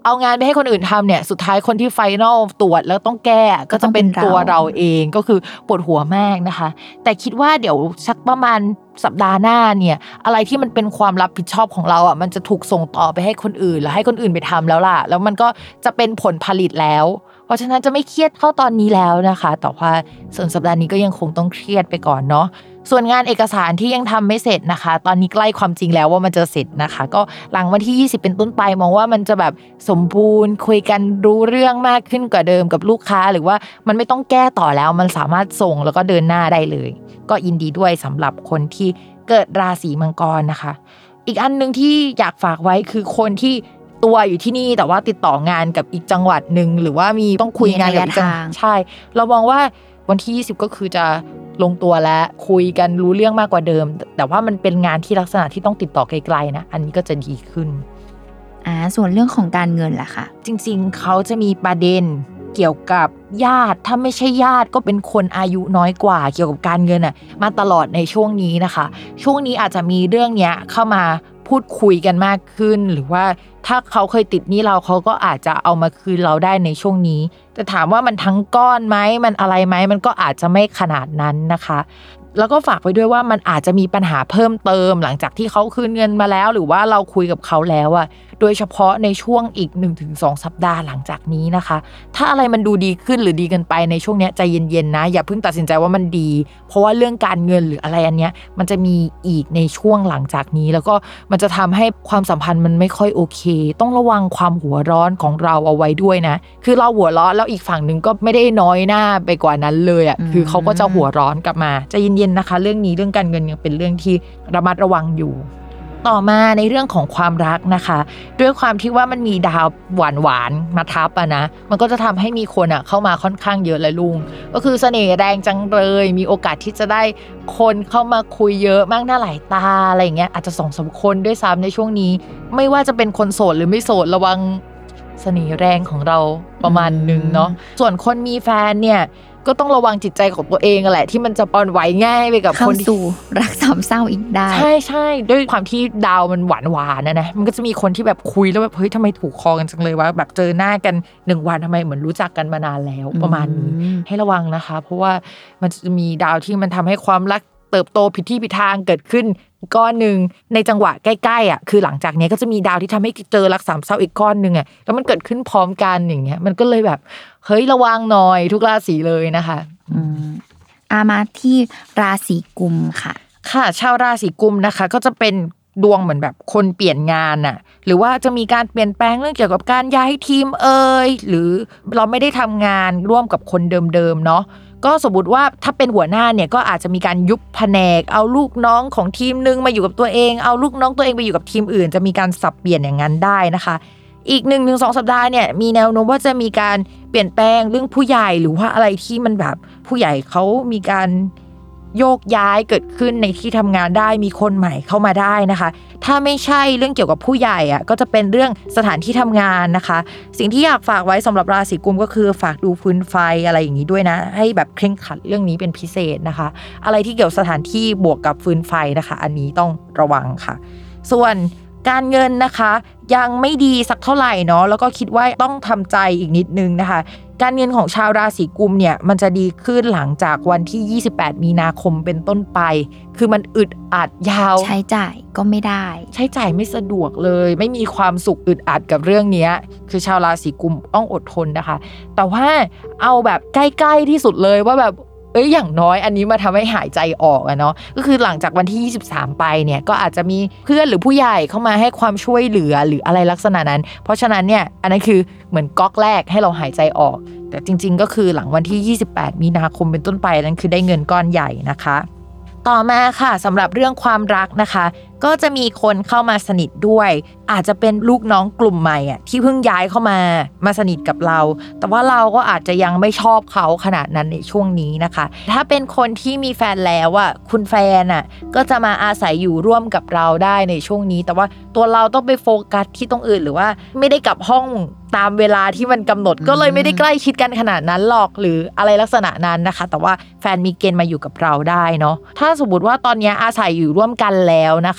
เอางานไปให้คนอื่นทำเนี่ยสุดท้ายคนที่ไฟนอลตรวจแล้วต้องแก้ก็จะเป็นตัวเราเองก็คือปวดหัวมากนะคะแต่คิดว่าเดี๋ยวสักประมาณสัปดาห์หน้าเนี่ยอะไรที่มันเป็นความรับผิดชอบของเราอ่ะมันจะถูกส่งต่อไปให้คนอื่นแล้วให้คนอื่นไปทำแล้วล่ะแล้วมันก็จะเป็นผลผลิตแล้วเพราะฉะนั้นจะไม่เครียดเท่าตอนนี้แล้วนะคะแต่ว่าส่วนสัปดาห์นี้ก็ยังคงต้องเครียดไปก่อนเนาะส่วนงานเอกสารที่ยังทำไม่เสร็จนะคะตอนนี้ใกล้ความจริงแล้วว่ามันจะเสร็จนะคะก็หลังวันที่20เป็นต้นไปมองว่ามันจะแบบสมบูรณ์คุยกันรู้เรื่องมากขึ้นกว่าเดิมกับลูกค้าหรือว่ามันไม่ต้องแก้ต่อแล้วมันสามารถส่งแล้วก็เดินหน้าได้เลยก็ยินดีด้วยสำหรับคนที่เกิดราศีมังกรนะคะอีกอันนึงที่อยากฝากไว้คือคนที่ตัวอยู่ที่นี่แต่ว่าติดต่องานกับอีกจังหวัดนึงหรือว่ามีต้องคุยงานกับอีกจังหวัดใช่เรามองว่าวันที่20ก็คือจะลงตัวแล้วคุยกันรู้เรื่องมากกว่าเดิมแต่ว่ามันเป็นงานที่ลักษณะที่ต้องติดต่อไกลๆนะอันนี้ก็จะดีขึ้นส่วนเรื่องของการเงินล่ะค่ะจริงๆเขาจะมีประเด็นเกี่ยวกับญาติถ้าไม่ใช่ญาติก็เป็นคนอายุน้อยกว่าเกี่ยวกับการเงินมาตลอดในช่วงนี้นะคะช่วงนี้อาจจะมีเรื่องเนี้ยเข้ามาพูดคุยกันมากขึ้นหรือว่าถ้าเขาเคยติดหนี้เราเขาก็อาจจะเอามาคืนเราได้ในช่วงนี้แต่ถามว่ามันทั้งก้อนไหมมันอะไรไหมมันก็อาจจะไม่ขนาดนั้นนะคะแล้วก็ฝากไว้ด้วยว่ามันอาจจะมีปัญหาเพิ่มเติมหลังจากที่เขาคืนเงินมาแล้วหรือว่าเราคุยกับเขาแล้วโดยเฉพาะในช่วงอีก 1-2 สัปดาห์หลังจากนี้นะคะถ้าอะไรมันดูดีขึ้นหรือดีกันไปในช่วงนี้ใจเย็นๆนะอย่าเพิ่งตัดสินใจว่ามันดีเพราะว่าเรื่องการเงินหรืออะไรอันเนี้ยมันจะมีอีกในช่วงหลังจากนี้แล้วก็มันจะทำให้ความสัมพันธ์มันไม่ค่อยโอเคต้องระวังความหัวร้อนของเราเอาไว้ด้วยนะคือเราหัวร้อนแล้วอีกฝั่งนึงก็ไม่ได้น้อยหน้าไปกว่านั้นเลยคือเขาก็จะหัวร้อนกลับมาใจเย็นๆนะคะเรื่องนี้เรื่องการเงินยังเป็นเรื่องที่ระมัดระวังอยู่ต่อมาในเรื่องของความรักนะคะด้วยความที่ว่ามันมีดาวหวานๆมาทับนะมันก็จะทำให้มีคนเข้ามาค่อนข้างเยอะเลยลุงก็คือเสน่ห์แรงจังเลยมีโอกาสที่จะได้คนเข้ามาคุยเยอะมากหน้าหลายตาอะไรอย่างเงี้ยอาจจะ 2-3 คนด้วยซ้ำในช่วงนี้ไม่ว่าจะเป็นคนโสดหรือไม่โสดระวังเสน่ห์แรงของเราประมาณนึงเนาะส่วนคนมีแฟนเนี่ยก็ต้องระวังจิตใจของตัวเองแหละที่มันจะอ่อนไหวง่ายไปกับคนที่สู่รักสามเศร้าอีกได้ใช่ๆด้วยความที่ดาวมันหวานนะมันก็จะมีคนที่แบบคุยแล้วแบบเฮ้ยทำไมถูกคอกันจังเลยว่าแบบเจอหน้ากัน1วันทำไมเหมือนรู้จักกันมานานแล้วประมาณนี้ให้ระวังนะคะเพราะว่ามันจะมีดาวที่มันทำให้ความรักเติบโตผิดที่ผิดทางเกิดขึ้นก้อนนึงในจังหวะใกล้ๆคือหลังจากนี้ก็จะมีดาวที่ทำให้เจอรักสามเศร้าอีกก้อนนึงแล้วมันเกิดขึ้นพร้อมกันอย่างเงี้ยมันก็เลยแบบเฮ้ยระวังหน่อยทุกราศีเลยนะคะมาที่ราศีกุมค่ะชาวราศีกุมนะคะก็จะเป็นดวงเหมือนแบบคนเปลี่ยนงานหรือว่าจะมีการเปลี่ยนแปลงเรื่องเกี่ยวกับการย้ายทีมหรือเราไม่ได้ทำงานร่วมกับคนเดิมๆเนาะก็สมมติว่าถ้าเป็นหัวหน้าเนี่ยก็อาจจะมีการยุบแผนกเอาลูกน้องของทีมนึงมาอยู่กับตัวเองเอาลูกน้องตัวเองไปอยู่กับทีมอื่นจะมีการสับเปลี่ยนอย่างนั้นได้นะคะอีก 1-2 สัปดาห์เนี่ยมีแนวโน้มว่าจะมีการเปลี่ยนแปลงเรื่องผู้ใหญ่หรือว่าอะไรที่มันแบบผู้ใหญ่เขามีการโยกย้ายเกิดขึ้นในที่ทำงานได้มีคนใหม่เข้ามาได้นะคะถ้าไม่ใช่เรื่องเกี่ยวกับผู้ใหญ่ก็จะเป็นเรื่องสถานที่ทำงานนะคะสิ่งที่อยากฝากไว้สำหรับราศีกุมก็คือฝากดูฟืนไฟอะไรอย่างนี้ด้วยนะให้แบบเคร่งครัดเรื่องนี้เป็นพิเศษนะคะอะไรที่เกี่ยวสถานที่บวกกับฟืนไฟนะคะอันนี้ต้องระวังค่ะส่วนการเงินนะคะยังไม่ดีสักเท่าไหร่เนาะแล้วก็คิดว่าต้องทำใจอีกนิดนึงนะคะการเงินของชาวราศีกุมเนี่ยมันจะดีขึ้นหลังจากวันที่28มีนาคมเป็นต้นไปคือมันอึดอัดยาวใช้จ่ายก็ไม่ได้ใช้จ่ายไม่สะดวกเลยไม่มีความสุขอึดอัดกับเรื่องนี้คือชาวราศีกุมต้องอดทนนะคะแต่ว่าเอาแบบใกล้ๆที่สุดเลยว่าแบบอย่างน้อยอันนี้มาทำให้หายใจออกเนาะก็คือหลังจากวันที่23ไปเนี่ยก็อาจจะมีเพื่อนหรือผู้ใหญ่เข้ามาให้ความช่วยเหลือหรืออะไรลักษณะนั้นเพราะฉะนั้นเนี่ยอันนั้นคือเหมือนก๊อกแรกให้เราหายใจออกแต่จริงๆก็คือหลังวันที่28มีนาคมเป็นต้นไปนั้นคือได้เงินก้อนใหญ่นะคะต่อมาค่ะสำหรับเรื่องความรักนะคะก็จะมีคนเข้ามาสนิทด้วยอาจจะเป็นลูกน้องกลุ่มใหม่ที่เพิ่งย้ายเข้ามาสนิทกับเราแต่ว่าเราก็อาจจะยังไม่ชอบเขาขนาดนั้นในช่วงนี้นะคะถ้าเป็นคนที่มีแฟนแล้วคุณแฟนก็จะมาอาศัยอยู่ร่วมกับเราได้ในช่วงนี้แต่ว่าตัวเราต้องไปโฟกัสที่ตรงอื่นหรือว่าไม่ได้กลับห้องตามเวลาที่มันกำหนดก็เลยไม่ได้ใกล้ชิดกันขนาดนั้นหรอกหรืออะไรลักษณะนั้นนะคะแต่ว่าแฟนมีเกณฑ์มาอยู่กับเราได้เนาะถ้าสมมติว่าตอนนี้อาศัยอยู่ร่วมกันแล้วนะคะ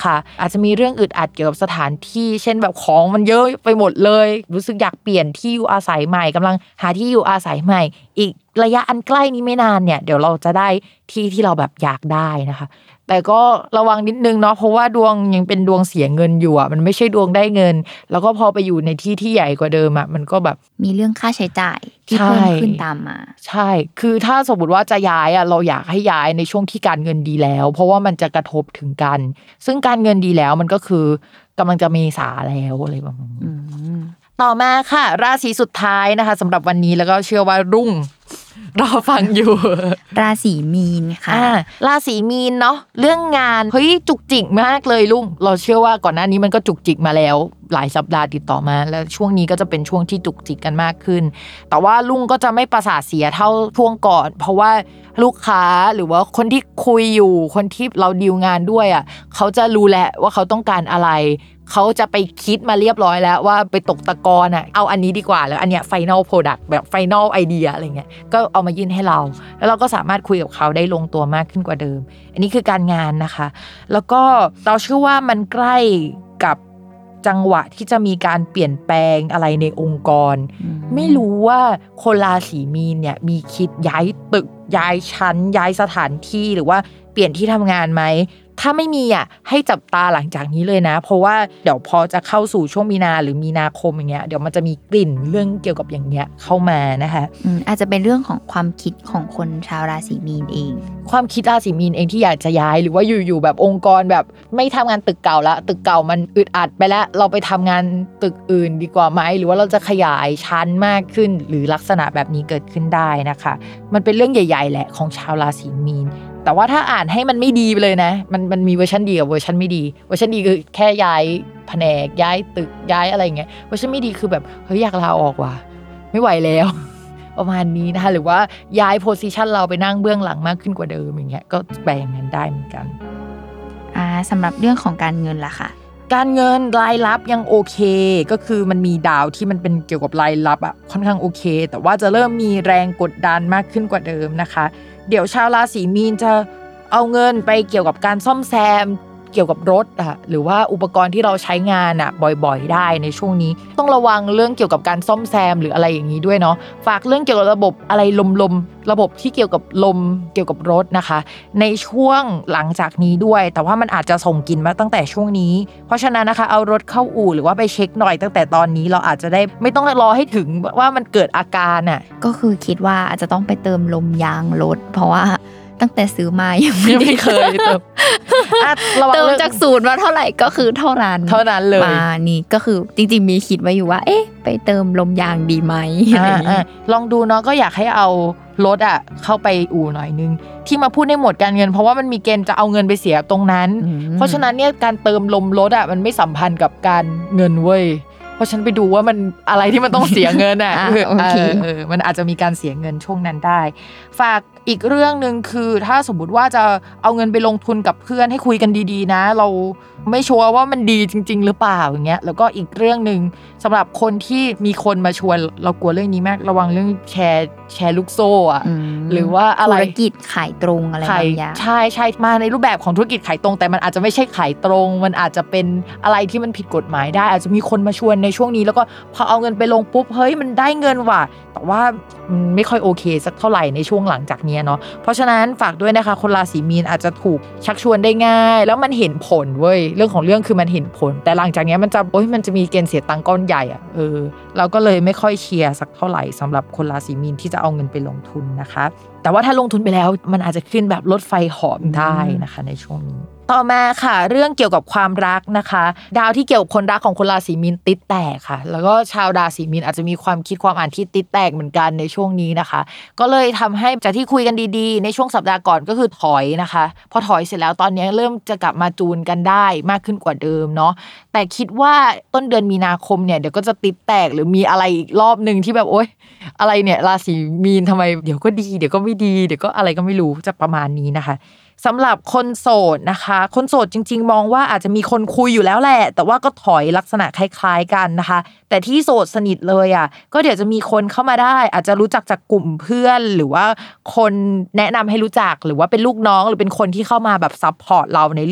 นะคะอาจจะมีเรื่องอึดอัดเกี่ยวกับสถานที่เช่นแบบของมันเยอะไปหมดเลยรู้สึกอยากเปลี่ยนที่อยู่อาศัยใหม่กำลังหาที่อยู่อาศัยใหม่อีกระยะอันใกล้นี้ไม่นานเนี่ยเดี๋ยวเราจะได้ที่เราแบบอยากได้นะคะแต่ก็ระวังนิดนึงเนาะเพราะว่าดวงยังเป็นดวงเสียเงินอยู่อ่ะมันไม่ใช่ดวงได้เงินแล้วก็พอไปอยู่ในที่ใหญ่กว่าเดิมอ่ะมันก็แบบมีเรื่องค่าใช้จ่ายที่เพิ่มขึ้นตามมาใช่คือถ้าสมมติว่าจะย้ายอ่ะเราอยากให้ย้ายในช่วงที่การเงินดีแล้วเพราะว่ามันจะกระทบถึงกันซึ่งการเงินดีแล้วมันก็คือกำลังจะเมษาแล้วอะไรประมาณนี้ต่อมาค่ะราศีสุดท้ายนะคะสำหรับวันนี้แล้วก็เชื่อว่ารุ่งรอฟังอยู่ราศีมีนค่ะราศีมีนเนาะเรื่องงานเฮ้ยจุกจิกมากเลยลุงเราเชื่อว่าก่อนหน้านี้มันก็จุกจิกมาแล้วหลายสัปดาห์ติดต่อมาแล้วช่วงนี้ก็จะเป็นช่วงที่จุกจิกกันมากขึ้นแต่ว่าลุงก็จะไม่ประสาทเสียเท่าช่วงก่อนเพราะว่าลูกค้าหรือว่าคนที่คุยอยู่คนที่เราดีลงานด้วยอ่ะเขาจะรู้แหละว่าเขาต้องการอะไรเขาจะไปคิดมาเรียบร้อยแล้วว่าไปตกตะกอนอ่ะเอาอันนี้ดีกว่าแล้วอันเนี้ย final product แบบ final idea อะไรเงี้ยก็เอามายื่นให้เราแล้วเราก็สามารถคุยกับเขาได้ลงตัวมากขึ้นกว่าเดิมอันนี้คือการงานนะคะแล้วก็เราเชื่อว่ามันใกล้กับจังหวะที่จะมีการเปลี่ยนแปลงอะไรในองค์กรไม่รู้ว่าคนราศีมีนเนี่ยมีคิดย้ายตึกย้ายชั้นย้ายสถานที่หรือว่าเปลี่ยนที่ทำงานไหมถ้าไม่มีอ่ะให้จับตาหลังจากนี้เลยนะเพราะว่าเดี๋ยวพอจะเข้าสู่ช่วงมีนาหรือมีนาคมอย่างเงี้ยเดี๋ยวมันจะมีกลิ่นเรื่องเกี่ยวกับอย่างเงี้ยเข้ามานะคะอาจจะเป็นเรื่องของความคิดของคนชาวราศีมีนเองความคิดราศีมีนเองที่อยากจะย้ายหรือว่าอยู่ๆแบบองค์กรแบบไม่ทำงานตึกเก่าละตึกเก่ามันอึดอัดไปแล้วเราไปทำงานตึกอื่นดีกว่าไหมหรือว่าเราจะขยายชั้นมากขึ้นหรือลักษณะแบบนี้เกิดขึ้นได้นะคะมันเป็นเรื่องใหญ่ๆแหละของชาวราศีมีนแต่ว่าถ้าอ่านให้มันไม่ดีไปเลยนะมันมีเวอร์ชันดีกับเวอร์ชันไม่ดีเวอร์ชันดีคือแค่ย้ายแผนกย้ายตึกย้ายอะไรเงี้ยเวอร์ชันไม่ดีคือแบบเฮ้ยอยากลาออกว่ะไม่ไหวแล้วประมาณนี้นะคะหรือว่าย้ายโพสิชันเราไปนั่งเบื้องหลังมากขึ้นกว่าเดิมอย่างเงี้ยก็แปลงกันได้เหมือนกันสำหรับเรื่องของการเงินล่ะค่ะการเงินรายรับยังโอเคก็คือมันมีดาวที่มันเป็นเกี่ยวกับรายรับอ่ะค่อนข้างโอเคแต่ว่าจะเริ่มมีแรงกดดันมากขึ้นกว่าเดิมนะคะเดี๋ยวชาวราศีมีนจะเอาเงินไปเกี่ยวกับการซ่อมแซมเกี่ยวกับรถอ่ะหรือว่าอุปกรณ์ที่เราใช้งานอ่ะบ่อยๆได้ในช่วงนี้ต้องระวังเรื่องเกี่ยวกับการซ่อมแซมหรืออะไรอย่างนี้ด้วยเนาะฝากเรื่องเกี่ยวกับระบบอะไรลมระบบที่เกี่ยวกับลมเกี่ยวกับรถนะคะในช่วงหลังจากนี้ด้วยแต่ว่ามันอาจจะส่งกลิ่นมาตั้งแต่ช่วงนี้เพราะฉะนั้นนะคะเอารถเข้าอู่หรือว่าไปเช็คหน่อยตั้งแต่ตอนนี้เราอาจจะได้ไม่ต้องรอให้ถึงว่ามันเกิดอาการอ่ะก็คือคิดว่าอาจจะต้องไปเติมลมยางรถเพราะว่าตั้งแต่ซื้อมายังไม่เคยเติมเติมจากศูนย์มาเท่าไหร่ก็คือเท่านั้นเลยมานี่ก็คือจริงๆมีคิดไว้อยู่ว่าเอ๊ะไปเติมลมยางดีไหมลองดูเนาะก็อยากให้เอารถอ่ะเข้าไปอู่หน่อยนึงที่มาพูดในหมวดการเงินเพราะว่ามันมีเกณฑ์จะเอาเงินไปเสียตรงนั้นเพราะฉะนั้นเนี่ยการเติมลมรถอ่ะมันไม่สัมพันธ์กับการเงินเว้ยเพราะฉันไปดูว่ามันอะไรที่มันต้องเสียเงินอ่ะมันอาจจะมีการเสียเงินช่วงนั้นได้ฝากอีกเรื่องนึงคือถ้าสมมุติว่าจะเอาเงินไปลงทุนกับเพื่อนให้คุยกันดีๆนะเราไม่ชัวร์ว่ามันดีจริงๆหรือเปล่าอย่างเงี้ยแล้วก็อีกเรื่องนึงสำหรับคนที่มีคนมาชวนเรากลัวเรื่องนี้มากระวังเรื่องแชร์ลูกโซ่อะหรือว่าอะไรธุรกิจขายตรงอะไรบางอย่างใช่มาในรูปแบบของธุรกิจขายตรงแต่มันอาจจะไม่ใช่ขายตรงมันอาจจะเป็นอะไรที่มันผิดกฎหมายได้อาจจะมีคนมาชวนในช่วงนี้แล้วก็พอเอาเงินไปลงปุ๊บเฮ้ยมันได้เงินว่ะแต่ว่าไม่ค่อยโอเคสักเท่าไหร่ในช่วงหลังจากนี้เนาะเพราะฉะนั้นฝากด้วยนะคะคนราศีมีนอาจจะถูกชักชวนได้ง่ายแล้วมันเห็นผลเว้ยเรื่องของเรื่องคือมันเห็นผลแต่หลังจากนี้มันจะมีเกณฑ์เสียตังค์ก้อนใหญ่อ่ะเราก็เลยไม่ค่อยเชียร์สักเท่าไหร่สำหรับคนราศีมีนที่จะเอาเงินไปลงทุนนะคะแต่ว่าถ้าลงทุนไปแล้วมันอาจจะขึ้นแบบรถไฟหอมได้นะคะในช่วงนี้ต่อมาค่ะเรื่องเกี่ยวกับความรักนะคะดาวที่เกี่ยวกับคนรักของคนราศีมีนติดแตกค่ะแล้วก็ชาวราศีมีนอาจจะมีความคิดความอ่านที่ติดแตกเหมือนกันในช่วงนี้นะคะก็เลยทำให้จากที่คุยกันดีๆในช่วงสัปดาห์ก่อนก็คือถอยนะคะพอถอยเสร็จแล้วตอนนี้เริ่มจะกลับมาจูนกันได้มากขึ้นกว่าเดิมเนาะแต่คิดว่าต้นเดือนมีนาคมเนี่ยเดี๋ยวก็จะติดแตกหรือมีอะไรอีกรอบนึงที่แบบโอ๊ยอะไรเนี่ยราศีมีนทำไมเดี๋ยวก็ดีเดี๋ยวก็ไม่ดีเดี๋ยวก็อะไรก็ไม่รู้จะประมาณนี้นะคะสำหรับคนโสดนะคะคนโสดจริงๆมองว่าอาจจะมีคนคุยอยู่แล้วแหละแต่ว่าก็ถอยลักษณะคล้ายๆกันนะคะแต่ที่โสดสนิทเลยอ่ะก็เดี๋ยวจะมีคนเข้ามาได้อาจจะรู้จักจากกลุ่มเพื่อนหรือว่าคนแนะนำให้รู้จักหรือว่าเป็นลูกน้องหรือเป็นคนที่เข้ามาแบบซัพพอร์ตเราในเรื่อง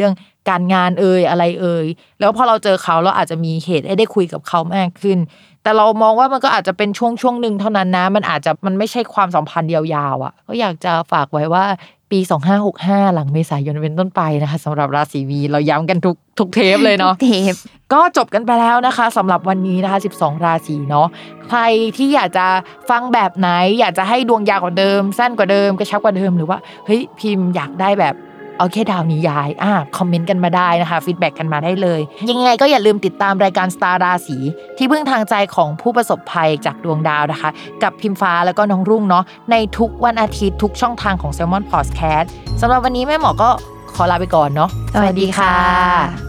การงานอะไรแล้วพอเราเจอเขาเราอาจจะมีเหตุให้ได้คุยกับเขามากขึ้นแต่เรามองว่ามันก็อาจจะเป็นช่วงนึงเท่านั้นนะมันไม่ใช่ความสัมพันธ์ยาวๆอ่ะก็อยากจะฝากไว้ว่าปี2565หลังเมษายนเป็นต้นไปนะคะสำหรับราศีมีนเราย้ำกันทุกเทปเลยเนาะเทปก็จบกันไปแล้วนะคะสำหรับวันนี้นะคะ12ราศีเนาะใครที่อยากจะฟังแบบไหนอยากจะให้ดวงยาวกว่าเดิมสั้นกว่าเดิมกระชับกว่าเดิมหรือว่าเฮ้ยพิมพ์อยากได้แบบเอาแค่ดาวนี้ย้ายคอมเมนต์กันมาได้นะคะฟีดแบ็กกันมาได้เลยยังไงก็อย่าลืมติดตามรายการสตาร์ราศีที่พึ่งทางใจของผู้ประสบภัยจากดวงดาวนะคะกับพิมฟ้าแล้วก็น้องรุ่งเนาะในทุกวันอาทิตย์ทุกช่องทางของ Salmon Podcast สำหรับวันนี้แม่หมอก็ขอลาไปก่อนเนาะสวัสดีค่ะ